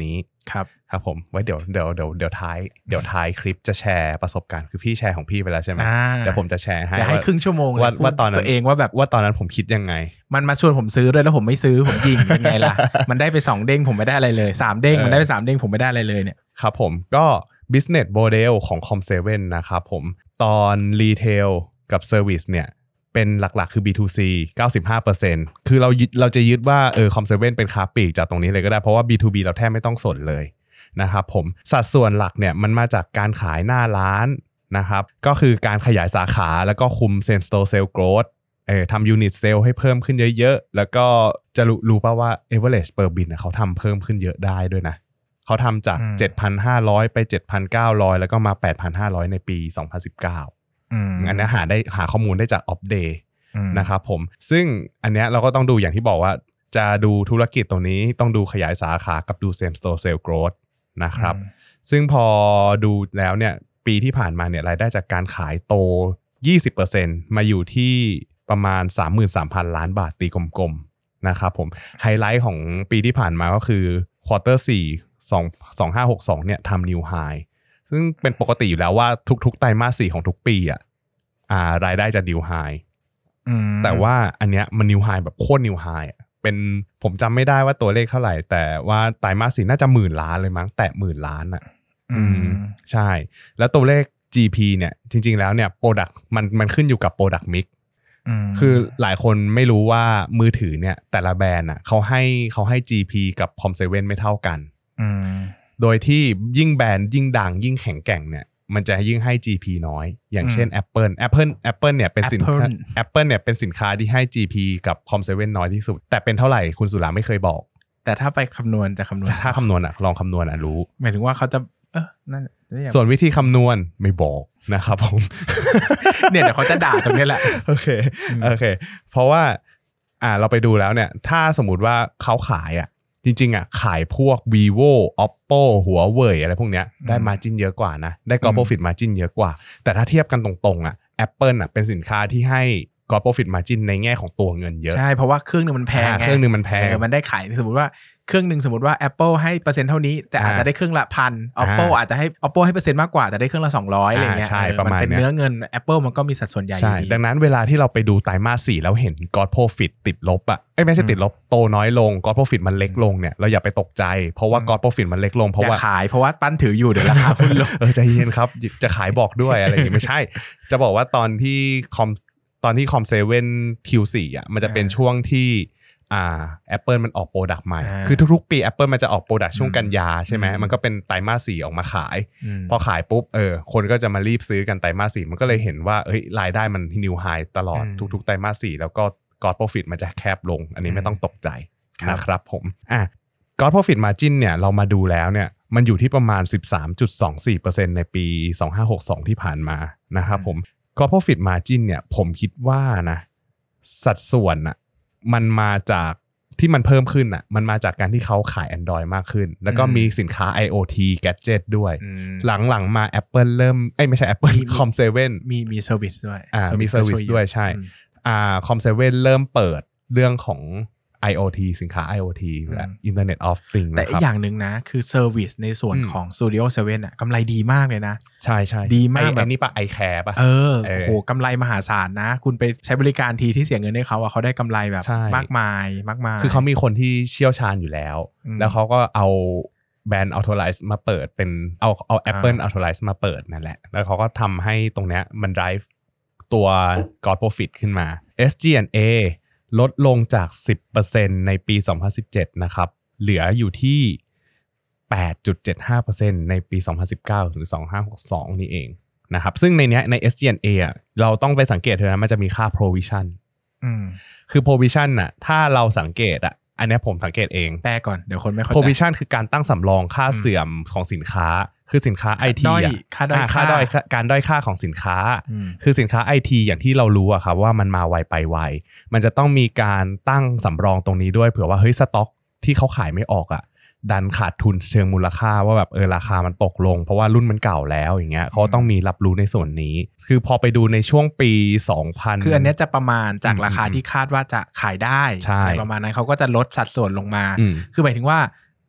ครับครับผมไว้เดี๋ยวเดี๋ยวเดี๋ยวเดี๋ยวท้ายเดี๋ยวท้ายคลิปจะแชร์ประสบการณ์คือพี่แชร์ของพี่ไปแล้วใช่ไหมเดี๋ยวผมจะแชร์ให้ให้ครึ่งชั่วโมงว่าว่าตอนนั้นตัวเองว่าแบบว่าตอนนั้นผมคิดยังไงมันมาชวนผมซื้อด้วยแล้วผมไม่ซื้อผมยิงเป็นไงล่ะมันได้ไปสองเด้งผมไม่ได้อะไรเลยสามเด้งมันได้ไปสามเด้งผมไม่ได้อะไรเลยเนี่ยครับผมก็ business model ของ คอม เซเว่น นะครับผมตอน retail กับ service เนี่ยเป็นหลักๆคือ บี ทู ซี เก้าสิบห้าเปอร์เซ็นต์ คือเราเราจะยึดว่าเออ คอม เซเว่น เป็นค้าปลีกจากตรงนี้เลยก็ได้เพราะว่า บี ทู บี เราแทบไม่ต้องสนเลยนะครับผมสัดส่วนหลักเนี่ยมันมาจากการขายหน้าร้านนะครับก็คือการขยายสาขาแล้วก็คุม same store sale growth เออทำ unit sale ให้เพิ่มขึ้นเยอะๆแล้วก็จะรู้รู้ป่ะว่า average per bin เขาทำเพิ่มขึ้นเยอะได้ด้วยนะเขาทำจาก เจ็ดพันห้าร้อย ไป เจ็ดพันเก้าร้อย แล้วก็มา แปดพันห้าร้อย ในปี สองพันสิบเก้าอืมอันนี้หาได้หาข้อมูลได้จาก Opday นะครับผมซึ่งอันเนี้ยเราก็ต้องดูอย่างที่บอกว่าจะดูธุรกิจตรงนี้ต้องดูขยายสาขากับดู same store sale growth นะครับซึ่งพอดูแล้วเนี่ยปีที่ผ่านมาเนี่ยรายได้จากการขายโต ยี่สิบเปอร์เซ็นต์ มาอยู่ที่ประมาณ สามหมื่นสามพัน ล้านบาทตีกลมๆนะครับผมไฮไลท์ของปีที่ผ่านมาก็คือควอเตอร์สี่สอง สองพันห้าร้อยหกสิบสองเนี่ยทำนิวไฮซึ่งเป็นปกติอยู่แล้วว่าทุกๆไตรมาสสี่ของทุกปีอ่ะอ่ารายได้จะนิวไฮแต่ว่าอันเนี้ยมันนิวไฮแบบโคตรนิวไฮอ่ะเป็นผมจำไม่ได้ว่าตัวเลขเท่าไหร่แต่ว่าไตรมาสสี่น่าจะหมื่นล้านเลยมั้งแตะหมื่นล้านอ่ะอืมใช่แล้วตัวเลข จี พี เนี่ยจริงๆแล้วเนี่ย product มันมันขึ้นอยู่กับ product mix คือหลายคนไม่รู้ว่ามือถือเนี่ยแต่ละแบรนด์อ่ะเขาให้เขาให้ จี พี กับ คอม เซเว่น ไม่เท่ากันโดยที่ยิ่งแบรนด์ยิ่งดังยิ่งแข็งแกร่งเนี่ยมันจะยิ่งให้ จี พี น้อยอย่างเช่น Apple Apple Apple เนี่ยเป็นสินค้า Apple เนี่ยเป็นสินค้าที่ให้ จี พี กับ คอม เซเว่น น้อยที่สุดแต่เป็นเท่าไหร่คุณสุราไม่เคยบอกแต่ถ้าไปคำนวณจะคำนวณถ้าคำนวณอ่ะลองคำนวณอ่ะรู้หมายถึงว่าเขาจะเออนั่นส่วนวิธีคำนวณไม่บอกนะครับผมเนี่ยเดี๋ยวเขาจะด่าตรงนี้แหละโอเคโอเคเพราะว่าอ่าเราไปดูแล้วเนี่ยถ้าสมมุติว่าเขาขายอ่ะจริงๆอ่ะขายพวก vivo oppo huawei อะไรพวกเนี้ยได้ margin เยอะกว่านะได้ gross profit margin เยอะกว่าแต่ถ้าเทียบกันตรงๆอ่ะ Apple อ่ะเป็นสินค้าที่ให้ gross profit margin ในแง่ของตัวเงินเยอะใช่เพราะว่าเครื่องนึงมันแพงไงเครื่องนึงมันแพงมันได้ขายสมมติว่าเครื่องนึงสมมติว่า Apple ให้เปอร์เซ็นต์เท่านี้แต่อาจจะได้เครื่องละพัน Oppo อาจจะให้ Oppo ให้เปอร์เซ็นต์มากกว่าแต่ได้เครื่องละสองร้อยอะไรเงี้ยใช่ประมาณเป็นเนื้อเงิน Apple มันก็มีสัดส่วนใหญ่อยู่ดีดังนั้นเวลาที่เราไปดูไตรมาสสี่แล้วเห็น gross profit ติดลบอ่ะเอ้ยไม่ใช่ติดลบโตน้อยลง gross profit มันเล็กลงเนี่ยเราอย่าไปตกใจเพราะว่า gross profit มันเล็กลงเพราะว่าขายเพราะว่าปั้นถืออยู่เดี๋ยวราคาหุ้นลงเออใจเย็นครับจะขายบอกด้วยอะไรอย่างงี้ไม่ใช่จะบอกว่าตอนที่คอมตอนที่ คอม เซเว่น คิว โฟร์ อ่ะมันจะเป็นช่วงที่อ่า Apple มันออกโปรดักต์ใหม่คือทุกๆปี Apple มันจะออกโปรดักต์ช่วงกันยาใช่ไหมมันก็เป็นไตรมาสสี่ออกมาขายพอขายปุ๊บเออคนก็จะมารีบซื้อกันไตรมาสสี่มันก็เลยเห็นว่าเอ้ยรายได้มันนิวไฮตลอดทุกๆไตรมาสสี่แล้วก็ gross profit มันจะแคบลงอันนี้ไม่ต้องตกใจนะครับผมอ่ะ gross profit margin เนี่ยเรามาดูแล้วเนี่ยมันอยู่ที่ประมาณ สิบสามจุดสองสี่เปอร์เซ็นต์ ในปีสองพันห้าร้อยหกสิบสองที่ผ่านมานะครับผมgross profit margin เนี่ยผมคิดว่านะสัดส่วนน่ะมันมาจากที่มันเพิ่มขึ้นน่ะมันมาจากการที่เขาขาย Android มากขึ้นแล้วก็มีสินค้า IoT gadget ด้วยหลังๆมา Apple เริ่มเอ้ยไม่ใช่ Apple คอม เซเว่นมีมี service ด้วยอ่ามี service ด้วยใช่อ่า คอม เซเว่น เริ่มเปิดเรื่องของ IoT สินค้า IoT และ Internet of Things แต่อีกอย่างนึงนะคือ service ในส่วนของ Studio เซเว่นอ่ะกำไรดีมากเลยนะใช่ๆดีมากแบบนี้ป่ะ iCare ป่ะเออโอ้โหกำไรมหาศาลนะคุณไปใช้บริการทีที่เสียเงินให้เขาอ่ะเขาได้กำไรแบบมากมายมากมายคือเขามีคนที่เชี่ยวชาญอยู่แล้วแล้วเขาก็เอาแบรนด์ Authorize มาเปิดเป็นเอาเอา Apple Authorize มาเปิดนั่นแหละแล้วเขาก็ทำให้ตรงเนี้ยมัน drive ตัว gross profit ขึ้นมา เอส จี แอนด์ เอ ลดลงจาก สิบเปอร์เซ็นต์ ในปีสองพันสิบเจ็ดนะครับเหลืออยู่ที่ แปดจุดเจ็ดห้าเปอร์เซ็นต์ ในปีสองพันสิบเก้าหรือสองพันห้าร้อยหกสิบสองนี่เองนะครับซึ่งในเนี้ยใน เอส จี แอนด์ เอ อ่ะเราต้องไปสังเกตเลยนะมันจะมีค่า provision อืมคือ provision น่ะถ้าเราสังเกตอ่ะอันนี้ผมสังเกตเองแปลก่อนเดี๋ยวคนไม่เข้าใจ provision คือการตั้งสำรองค่าเสื่อมของสินค้าคือสินค้า ไอ ที อ่ะค่าด้อยค่าด้อยการด้อยค่าของสินค้าคือสินค้า ไอ ที อย่างที่เรารู้อะครับว่ามันมาไวไปไวมันจะต้องมีการตั้งสำรองตรงนี้ด้วยเผื่อว่าเฮ้ยสต็อกที่เขาขายไม่ออกอะดันขาดทุนเชิงมูลค่าว่าแบบเออราคามันตกลงเพราะว่ารุ่นมันเก่าแล้วอย่างเงี้ยเขาต้องมีรับรู้ในส่วนนี้คือพอไปดูในช่วงปีสองพันคืออันนี้จะประมาณจากราคาที่คาดว่าจะขายได้ประมาณนั้นเขาก็จะลดสัดส่วนลงมาคือหมายถึงว่า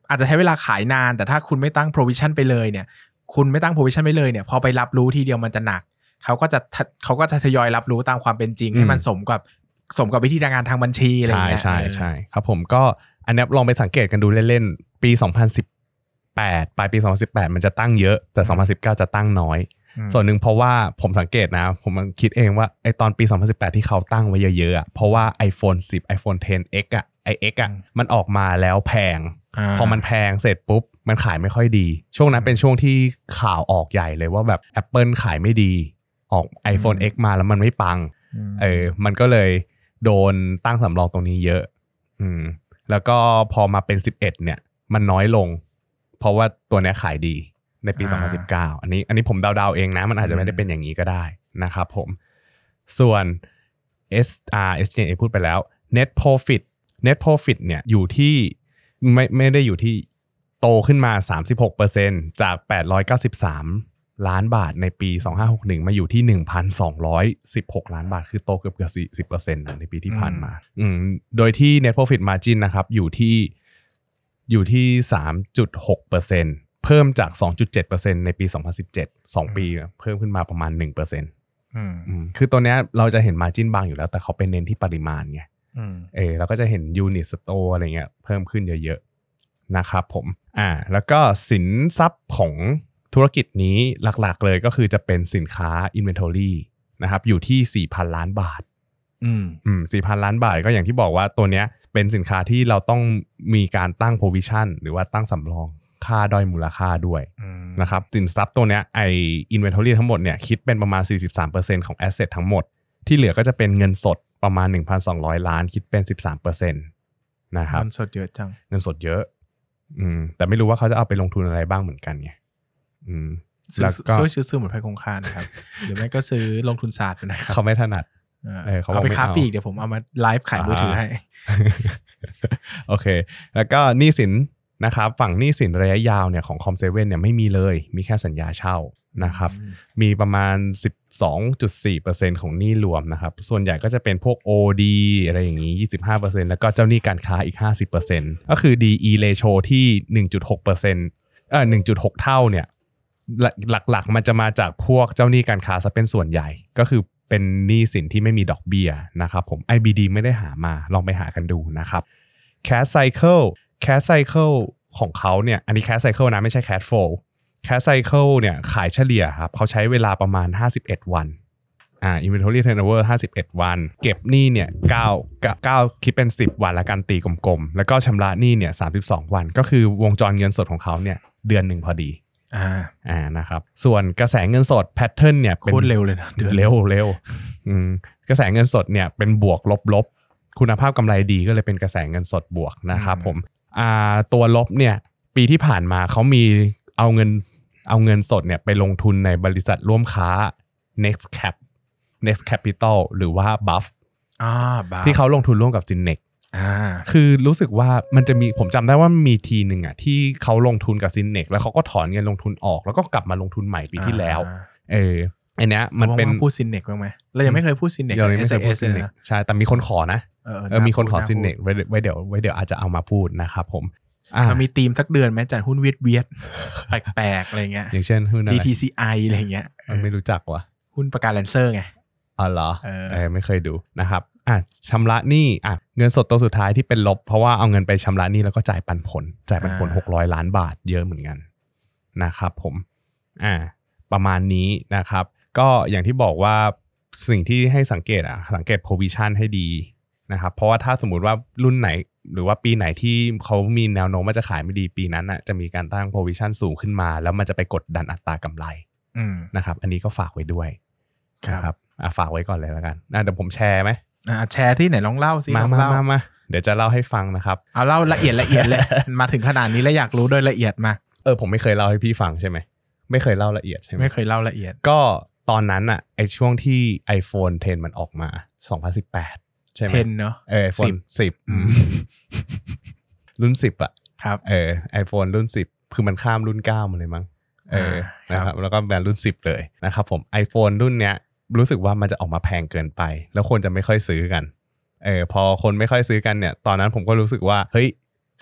อาจจะใช้เวลาขายนานแต่ถ้าคุณไม่ตั้ง provision ไปเลยเนี่ยคุณไม่ตั้ง provision ไปเลยเนี่ยพอไปรับรู้ทีเดียวมันจะหนักเขาก็จะเขาก็จะทยอยรับรู้ตามความเป็นจริงให้มันสมกับสมกับวิธีการงานทางบัญชีอะไรอย่างเงี้ยใช่ใช่ๆครับผมก็อันนี้ลองไปสังเกตกันดูเล่นๆปีสองพันสิบแปดปลายปีสองพันสิบแปดมันจะตั้งเยอะแต่สองพันสิบเก้าจะตั้งน้อยส่วนหนึ่งเพราะว่าผมสังเกตนะผมคิดเองว่าไอตอนปีสองพันสิบแปดที่เขาตั้งไว้เยอะๆอ่ะเพราะว่า iPhone สิบ iPhone เท็น เอ็กซ์ อ่ะ ไอ เอ็กซ์ อ่ะมันออกมาแล้วแพงพอมันแพงเสร็จปุ๊บมันขายไม่ค่อยดีช่วงนั้นเป็นช่วงที่ข่าวออกใหญ่เลยว่าแบบ Apple ขายไม่ดีออก iPhone เอ็กซ์ มาแล้วมันไม่ปังเออมันก็เลยโดนตั้งสำรองตรงนี้เยอะอืมแล้วก็พอมาเป็นสิบเอ็ดเนี่ยมันน้อยลงเพราะว่าตัวเนี้ยขายดีในปีสองพันสิบเก้าอันนี้อันนี้ผมเดาๆเองนะมันอาจจะไม่ได้เป็นอย่างนี้ก็ได้นะครับผมส่วน เอส อาร์ เอส จี เอ็น เอ พูดไปแล้ว net profit net profit เนี่ยอยู่ที่ไม่ไม่ได้อยู่ที่โตขึ้นมา สามสิบหกเปอร์เซ็นต์ จากแปดร้อยเก้าสิบสามล้านบาทในปีสองพันห้าร้อยหกสิบเอ็ดมาอยู่ที่ หนึ่งพันสองร้อยสิบหกล้านบาทคือโตเกือบๆ สี่สิบเปอร์เซ็นต์ ในปีที่ผ่านมาอืมโดยที่ net profit margin นะครับอยู่ที่อยู่ที่ สามจุดหกเปอร์เซ็นต์ เพิ่มจาก สองจุดเจ็ดเปอร์เซ็นต์ ในปีสองพันสิบเจ็ด สองปีเพิ่มขึ้นมาประมาณ หนึ่งเปอร์เซ็นต์ อืมอืมคือตัวเนี้ยเราจะเห็น margin บางอยู่แล้วแต่เขาเป็นเน้นที่ปริมาณไงอืมเออเราก็จะเห็น unit store อะไรเงี้ยเพิ่มขึ้นเยอะๆนะครับผมอ่าแล้วก็สินทรัพย์ของธุรกิจนี้หลักๆเลยก็คือจะเป็นสินค้า inventory นะครับอยู่ที่ สี่พัน ล้านบาทอืมอืม สี่พัน ล้านบาทก็อย่างที่บอกว่าตัวเนี้ยเป็นสินค้าที่เราต้องมีการตั้ง provision หรือว่าตั้งสำรองค่าด้อยมูลค่าด้วยนะครับสินทรัพย์ตัวเนี้ยไอ inventory ทั้งหมดเนี่ยคิดเป็นประมาณ สี่สิบสามเปอร์เซ็นต์ ของ asset ทั้งหมดที่เหลือก็จะเป็นเงินสดประมาณ หนึ่งพันสองร้อย ล้านคิดเป็น สิบสามเปอร์เซ็นต์ นะครับเงินสดเยอะจังเงินสดเยอะอืมแต่ไม่รู้ว่าเขาจะเอาไปลงทุนอะไรบ้างเหมือนกันไงอืมแล้วก็ซื้อซื้อหมดภัยคงคานะครับหรือไม่ก็ซื้อลงทุนศาสตร์นะครับเขาไม่ถนัดเออเขาเอาไปค้าปลีกเดี๋ยวผมเอามาไลฟ์ขายมือถือให้โอเคแล้วก็หนี้สินนะครับฝั่งหนี้สินระยะยาวเนี่ยของ คอม เซเว่น เนี่ยไม่มีเลยมีแค่สัญญาเช่านะครับมีประมาณ สิบสองจุดสี่เปอร์เซ็นต์ ของหนี้รวมนะครับส่วนใหญ่ก็จะเป็นพวก โอ ดี อะไรอย่างงี้ ยี่สิบห้าเปอร์เซ็นต์ แล้วก็เจ้าหนี้การค้าอีก ห้าสิบเปอร์เซ็นต์ ก็คือ ดี อี ratio ที่ หนึ่งจุดหกเปอร์เซ็นต์ เอ่อ หนึ่งจุดหก เท่าเนี่ยหลักๆมันจะมาจากพวกเจ้าหนี้การค้าซะเป็นส่วนใหญ่ก็คือเป็นหนี้สินที่ไม่มีดอกเบี้ยนะครับผม ไอ บี ดี ไม่ได้หามาลองไปหากันดูนะครับ cash cycle cash cycle ของเขาเนี่ยอันนี้ cash cycle นะไม่ใช่ cash flow cash cycle เนี่ยขายเฉลี่ยครับเขาใช้เวลาประมาณห้าสิบเอ็ดวันอ่า inventory turnover ห้าสิบเอ็ดวันเก็บหนี้เนี่ยเก้า เก้าคิดเป็นสิบวันละกันตีกลมๆแล้วก็ชำระหนี้เนี่ยสามสิบสองวันก็คือวงจรเงินสดของเขาเนี่ยเดือนนึงพอดีอ่าอ่านะครับส่วนกระแสเงินสด pattern เนี่ยเป็นโคตรเร็วเลยนะเดือนเร็วเร็วอืมกระแสเงินสดเนี่ยเป็นบวกลบลบคุณภาพกำไรดีก็เลยเป็นกระแสเงินสดบวกนะครับผมอ่าตัวลบเนี่ยปีที่ผ่านมาเขามีเอาเงินเอาเงินสดเนี่ยไปลงทุนในบริษัทร่วมค้า Next Cap Next Capital หรือว่า Buff อ่า Buff ที่เขาลงทุนร่วมกับ Zinexอ่าคือรู้สึกว่ามันจะมีผมจำได้ว่ามีทีหนึ่งอ่ะที่เขาลงทุนกับ Zinex แล้วเขาก็ถอนเงินลงทุนออกแล้วก็กลับมาลงทุนใหม่ปีที่แล้วเออไอเนี้ยมันเป็นพูด Zinex บ้างไหมเรายังไม่เคยพูด Zinex ยังไม่เคยพูด Zinex ใช่แต่มีคนขอนะเออเออมีคนขอ Zinex ไว้ไว้เดี๋ยวไว้เดี๋ยวอาจจะเอามาพูดนะครับผมเรามีธีมสักเดือนไหมจัดหุ้นเวียดเวียดแปลกๆอะไรเงี้ยอย่างเช่นหุ้นอะไรดี ที ซี ไอ อะไรเงี้ยไม่รู้จักว่ะหุ้นประกันแลนเซอร์ไงอ๋อเหรอเออไม่เคยดูนะครับอ่ะชำระหนี้อ่ะเงินสดตัวสุดท้ายที่เป็นลบเพราะว่าเอาเงินไปชำระหนี้แล้วก็จ่ายปันผลจ่ายปันผลหกร้อยล้านบาทเยอะเหมือนกันนะครับผมอ่าประมาณนี้นะครับก็อย่างที่บอกว่าสิ่งที่ให้สังเกตอ่ะสังเกต provision ให้ดีนะครับเพราะว่าถ้าสมมุติว่ารุ่นไหนหรือว่าปีไหนที่เขามีแนวโน้มว่าจะขายไม่ดีปีนั้นอ่ะจะมีการตั้ง provision สูงขึ้นมาแล้วมันจะไปกดดันอัตรากำไรนะครับอันนี้ก็ฝากไว้ด้วยนะครับอ่ะฝากไว้ก่อนเลยแล้วกันอ่ะเดี๋ยวผมแชร์ไหมอ่าแชร์ที่ไหนลองเล่าสิมามามามาเดี๋ยวจะเล่าให้ฟังนะครับเอาเล่าละเอียดละเอียดเลย มาถึงขนาดนี้แล้วอยากรู้โดยละเอียดมาเออผมไม่เคยเล่าให้พี่ฟังใช่ไหมไม่เคยเล่าละเอียดใช่ไหมไม่เคยเล่าละเอียดก็ตอนนั้นอ่ะไอช่วงที่ iPhone เท็นมันออกมาสองพันสิบแปดใช่ไหมเท็นเนาะเออ iPhone สิบรุ่นสิบอ่ะครับเออ iPhone รุ่นสิบคือมันข้ามรุ่นเก้ามาเลยมั้งเออนะครับแล้วก็แบรนด์รุ่นสิบเลยนะครับผม iPhone รุ่นเนี้ยรู้สึกว่ามันจะออกมาแพงเกินไปแล้วคนจะไม่ค่อยซื้อกันเออพอคนไม่ค่อยซื้อกันเนี่ยตอนนั้นผมก็รู้สึกว่าเฮ้ย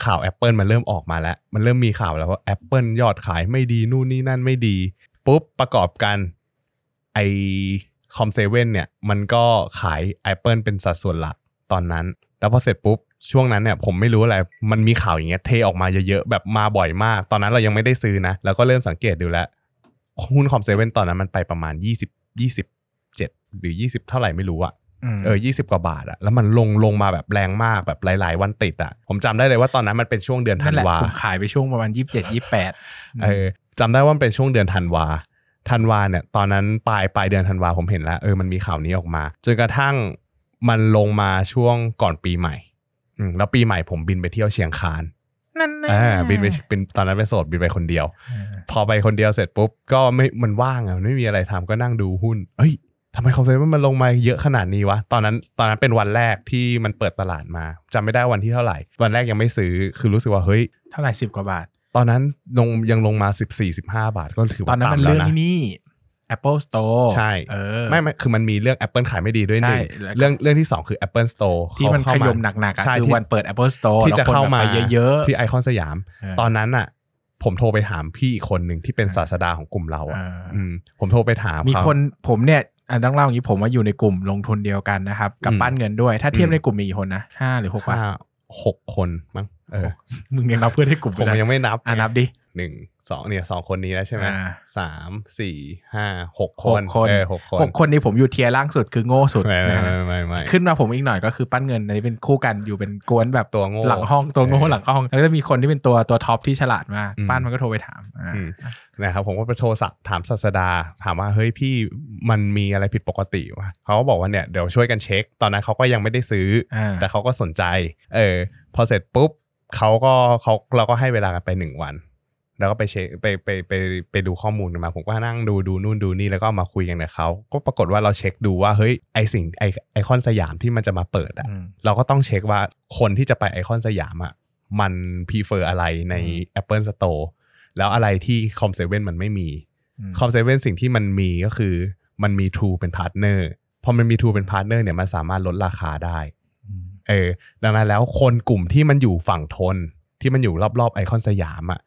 ข่าว Apple มันเริ่มออกมาแล้วมันเริ่มมีข่าวแล้วว่า Apple ยอดขายไม่ดีนู่นนี่นั่นไม่ดีปุ๊บประกอบกันไอคอมเซเว่นเนี่ยมันก็ขาย Apple เป็นสัดส่วนหลักตอนนั้นแล้วพอเสร็จปุ๊บช่วงนั้นเนี่ยผมไม่รู้อะไรมันมีข่าวอย่างเงี้ยเทออกมาเยอะๆแบบมาบ่อยมากตอนนั้นเรายังไม่ได้ซื้อนะแล้วก็เริ่มสังเกตดูแล้วหุ้นคอมเซเว่นตอนนั้นมันไปประมาณยี่สิบ ยี่สิบเจ็ดหรือยี่สิบเท่าไหร่ไม่รู้อะเออยี่สิบกว่าบาทอะแล้วมันลงลงมาแบบแรงมากแบบหลายๆวันติดอะผมจำได้เลยว่าตอนนั้นมันเป็นช่วงเดือนธันวาผมขายไปช่วงประมาณยี่สิบเจ็ด ยี่สิบแปดเออจำได้ว่ามันเป็นช่วงเดือนธันวาธันวาเนี่ยตอนนั้นปลายปลายเดือนธันวาผมเห็นแล้วเออมันมีข่าวนี้ออกมาจนกระทั่งมันลงมาช่วงก่อนปีใหม่อืมแล้วปีใหม่ผมบินไปเที่ยวเชียงคานนั่นแหละอ่าบินไปเป็นตอนนั้นไปโสดบินไปคนเดียวพอไปคนเดียวเสร็จปุ๊บก็ไม่มันว่างอ่ะไม่มีอะไรทำก็นั่งดูหุ้นเอ้ยทำไมคอมเซเว่นมันลงมาเยอะขนาดนี้วะตอนนั้นตอนนั้นเป็นวันแรกที่มันเปิดตลาดมาจำไม่ได้วันที่เท่าไหร่วันแรกยังไม่ซื้อคือรู้สึกว่าเฮ้ยเท่าไหร่สิบกว่าบาทตอนนั้นลงยังลงมาสิบสี่ สิบห้าบาทก็ถือว่าตอนนั้นมันเรื่องที่นี่ Apple Store ใช่เออไม่ไม่คือมันมีเรื่อง Apple ขายไม่ดีด้วยนึงเรื่องเรื่องที่สองคือ Apple Store ที่มันขยมหนักๆคือวันเปิด Apple Store ที่จะเข้ามาเยอะๆที่ไอคอนสยามตอนนั้นน่ะผมโทรไปถามพี่อีกคนหนึ่งที่เป็นศาสดาของกลุ่มเราอ่ะผมโทรไปถามมีคนผมเนี่ยอันต้องเล่าอย่างนี้ผมว่าอยู่ในกลุ่มลงทุนเดียวกันนะครับกับปั้นเงินด้วยถ้าเทียบในกลุ่มมีกี่คนนะห้าหรือหกวะหกคนมั้งเออมึงยังนับเพื่อนให้กลุ่มผมยังไม่นับอ่ะนับดิหนึ่ง สองเนี่ยสองคนนี้แล้วใช่ไหมสาม สี่ ห้า หกคนเออหกคนหกคนนี้ผมอยู่เทียร์ล่างสุดคือโง่สุดนะขึ้นมาผมอีกหน่อยก็คือปั้นเงินอันนี้เป็นคู่กันอยู่เป็นกวนแบบตัวโง่หลังห้องตัวโง่หลังห้องแล้วก็มีคนที่เป็นตัวตัวท็อปที่ฉลาดมากปั้นมันก็โทรไปถามนะครับผมก็ไปโทรศัพท์ถามศาสดาถามว่าเฮ้ยพี่มันมีอะไรผิดปกติวะเขาก็บอกว่าเนี่ยเดี๋ยวช่วยกันเช็คตอนนั้นเขาก็ยังไม่ได้ซื้อแต่เขาก็สนใจเออพอเสร็จปุ๊บเขาก็เขาเราก็ให้เวลากันไปหนึ่งวันแล้วก็ไปเช็คไปไปไปไปดูข้อมูลกันมาผมก็นั่งดูดูนู่นดูนี่แล้วก็มาคุยกันกับเขาก็ปรากฏว่าเราเช็คดูว่าเฮ้ยไอสิ่งไอไอคอนสยามที่มันจะมาเปิดอ่ะเราก็ต้องเช็คว่าคนที่จะไปไอคอนสยามอ่ะมันพรีเฟอร์อะไรใน Apple Store แล้วอะไรที่คอมเซเว่นมันไม่มีคอมเซเว่นสิ่งที่มันมีก็คือมันมี True เป็นพาร์ทเนอร์พอมันมี True เป็นพาร์ทเนอร์เนี่ยมันสามารถลดราคาได้เออดังนั้นแล้วคนกลุ่มที่มันอยู่ฝั่งทนที่มันอยู่รอบๆไอคอนสยามอ่ะ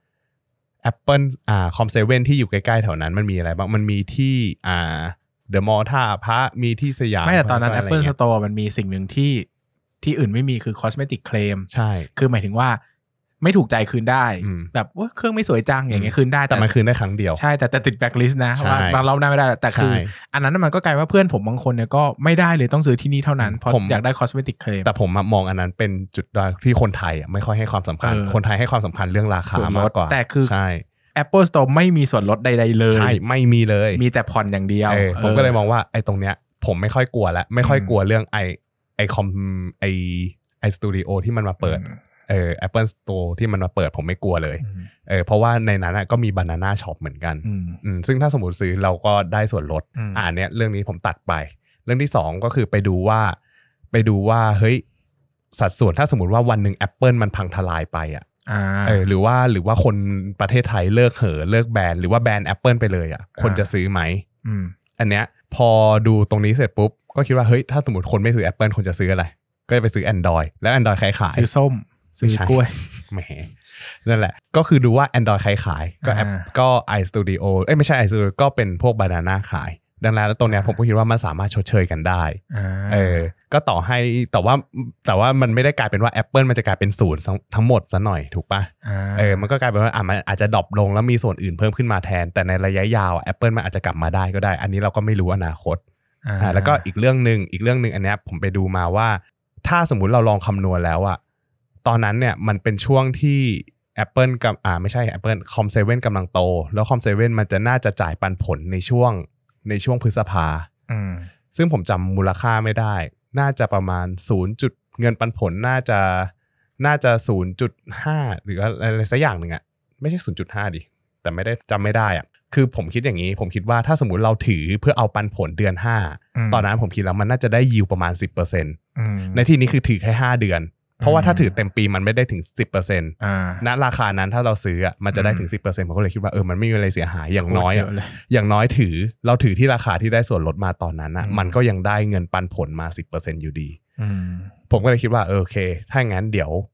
Apple อ่าคอมเซเว่นที่อยู่ใกล้ๆแถวนั้นมันมีอะไรบ้างมันมีที่อ่าเดอะมอลล์ท่าพระมีที่สยามไม่แต่ตอนนั้น Apple Store มันมีสิ่งหนึ่งที่ที่อื่นไม่มีคือ cosmetic claim ใช่คือหมายถึงว่าไม่ถูกใจคืนได้แบบว่าเครื่องไม่สวยจังอย่างเงี้ยคืนได้แต่มันคืนได้ครั้งเดียวใช่แต่แต่ติดแบล็คลิสต์นะว่าบางรอบหน้าไม่ได้แต่คืออันนั้นมันก็กลายว่าเพื่อนผมบางคนเนี่ยก็ไม่ได้เลยต้องซื้อที่นี่เท่านั้นเพราะอยากได้ cosmetic claim แต่ผมมองอันนั้นเป็นจุดที่คนไทยไม่ค่อยให้ความสำคัญคนไทยให้ความสำคัญเรื่องราคามากกว่าแต่คือใช่ Apple Store ไม่มีส่วนลดใดๆเลยใช่ไม่มีเลยมีแต่ผ่อนอย่างเดียวผมก็เลยมองว่าไอ้ตรงเนี้ยผมไม่ค่อยกลัวแล้วไม่ค่อยกลัวเรื่องไอไอคอมไอไอสตูดิโอที่มันมาเปิดเออ Apple Store ที่มันมาเปิดผมไม่กลัวเลยเออเพราะว่าในนั้นก็มี Banana Shop เหมือนกันอืมซึ่งถ้าสมมติซื้อเราก็ได้ส่วนลดอ่าเนี้ยเรื่องนี้ผมตัดไปเรื่องที่สองก็คือไปดูว่าไปดูว่าเฮ้ยสัดส่วนถ้าสมมติว่าวันหนึ่ง Apple มันพังทลายไปอ่ะเออหรือว่าหรือว่าคนประเทศไทยเลิกเห่อเลิกแบนหรือว่าแบน Apple ไปเลยอ่ะคนจะซื้อไหมอืมอันเนี้ยพอดูตรงนี้เสร็จปุ๊บก็คิดว่าเฮ้ยถ้าสมมติคนไม่ซื้อ Apple คนจะซื้ออะไรก็จะไปซื้อ Android แล้ว Android ใครขายซื้อส้มซื้อกล้วยแหมนั่นแหละก็คือดูว่า Android ใครขายก็แอปก็ iStudio เอ้ยไม่ใช่ iStudio ก็เป็นพวก Banana ขายดังนั้นแล้วตรงเนี้ยผมก็คิดว่ามันสามารถชดเชยกันได้เออก็ต่อให้แต่ว่าแต่ว่ามันไม่ได้กลายเป็นว่า Apple มันจะกลายเป็นศูนย์ทั้งหมดซะหน่อยถูกป่ะเออมันก็กลายเป็นว่าอ่ะมันอาจจะดรอปลงแล้วมีส่วนอื่นเพิ่มขึ้นมาแทนแต่ในระยะยาว Apple มันอาจจะกลับมาได้ก็ได้อันนี้เราก็ไม่รู้อนาคตอ่าแล้วก็อีกเรื่องนึงอีกเรื่องนึงอันเนี้ยผมไปดูมาว่าถ้าสมมุติเราลองคำนวณแล้วอะตอนนั้นเนี่ยมันเป็นช่วงที่ Apple กับอ่าไม่ใช่ Apple คอมเซเว่นกำลังโตแล้วคอมเซเว่นมันจะน่าจะจ่ายปันผลในช่วงในช่วงพฤษภาซึ่งผมจำมูลค่าไม่ได้น่าจะประมาณศูนย์จุดเงินปันผลน่าจะน่าจะ ศูนย์จุดห้า หรืออะไรสักอย่างหนึ่งอะไม่ใช่ ศูนย์จุดห้า ดิแต่ไม่ได้จำไม่ได้อะคือผมคิดอย่างนี้ผมคิดว่าถ้าสมมุติเราถือเพื่อเอาปันผลเดือนห้าตอนนั้นผมคิดแล้วมันน่าจะได้ยิวประมาณ สิบเปอร์เซ็นต์ ในที่นี้คือถือแค่ห้าเดือนเพราะว่าถ้าถือเต็มปีมันไม่ได้ถึง สิบเปอร์เซ็นต์ อ่าณราคานั้นถ้าเราซื้ออ่ะมันจะได้ถึง สิบเปอร์เซ็นต์ ผมก็เลยคิดว่าเออมันไม่มีอะไรเสียหายอย่างน้อยอย่างน้อยถือเราถือที่ราคาที่ได้ส่วนลดมาตอนนั้นอ่ะมันก็ยังได้เงินปันผลมา สิบเปอร์เซ็นต์ อยู่ดีผมก็เลยคิดว่าเออโอเคถ้างั้นเดี๋ยว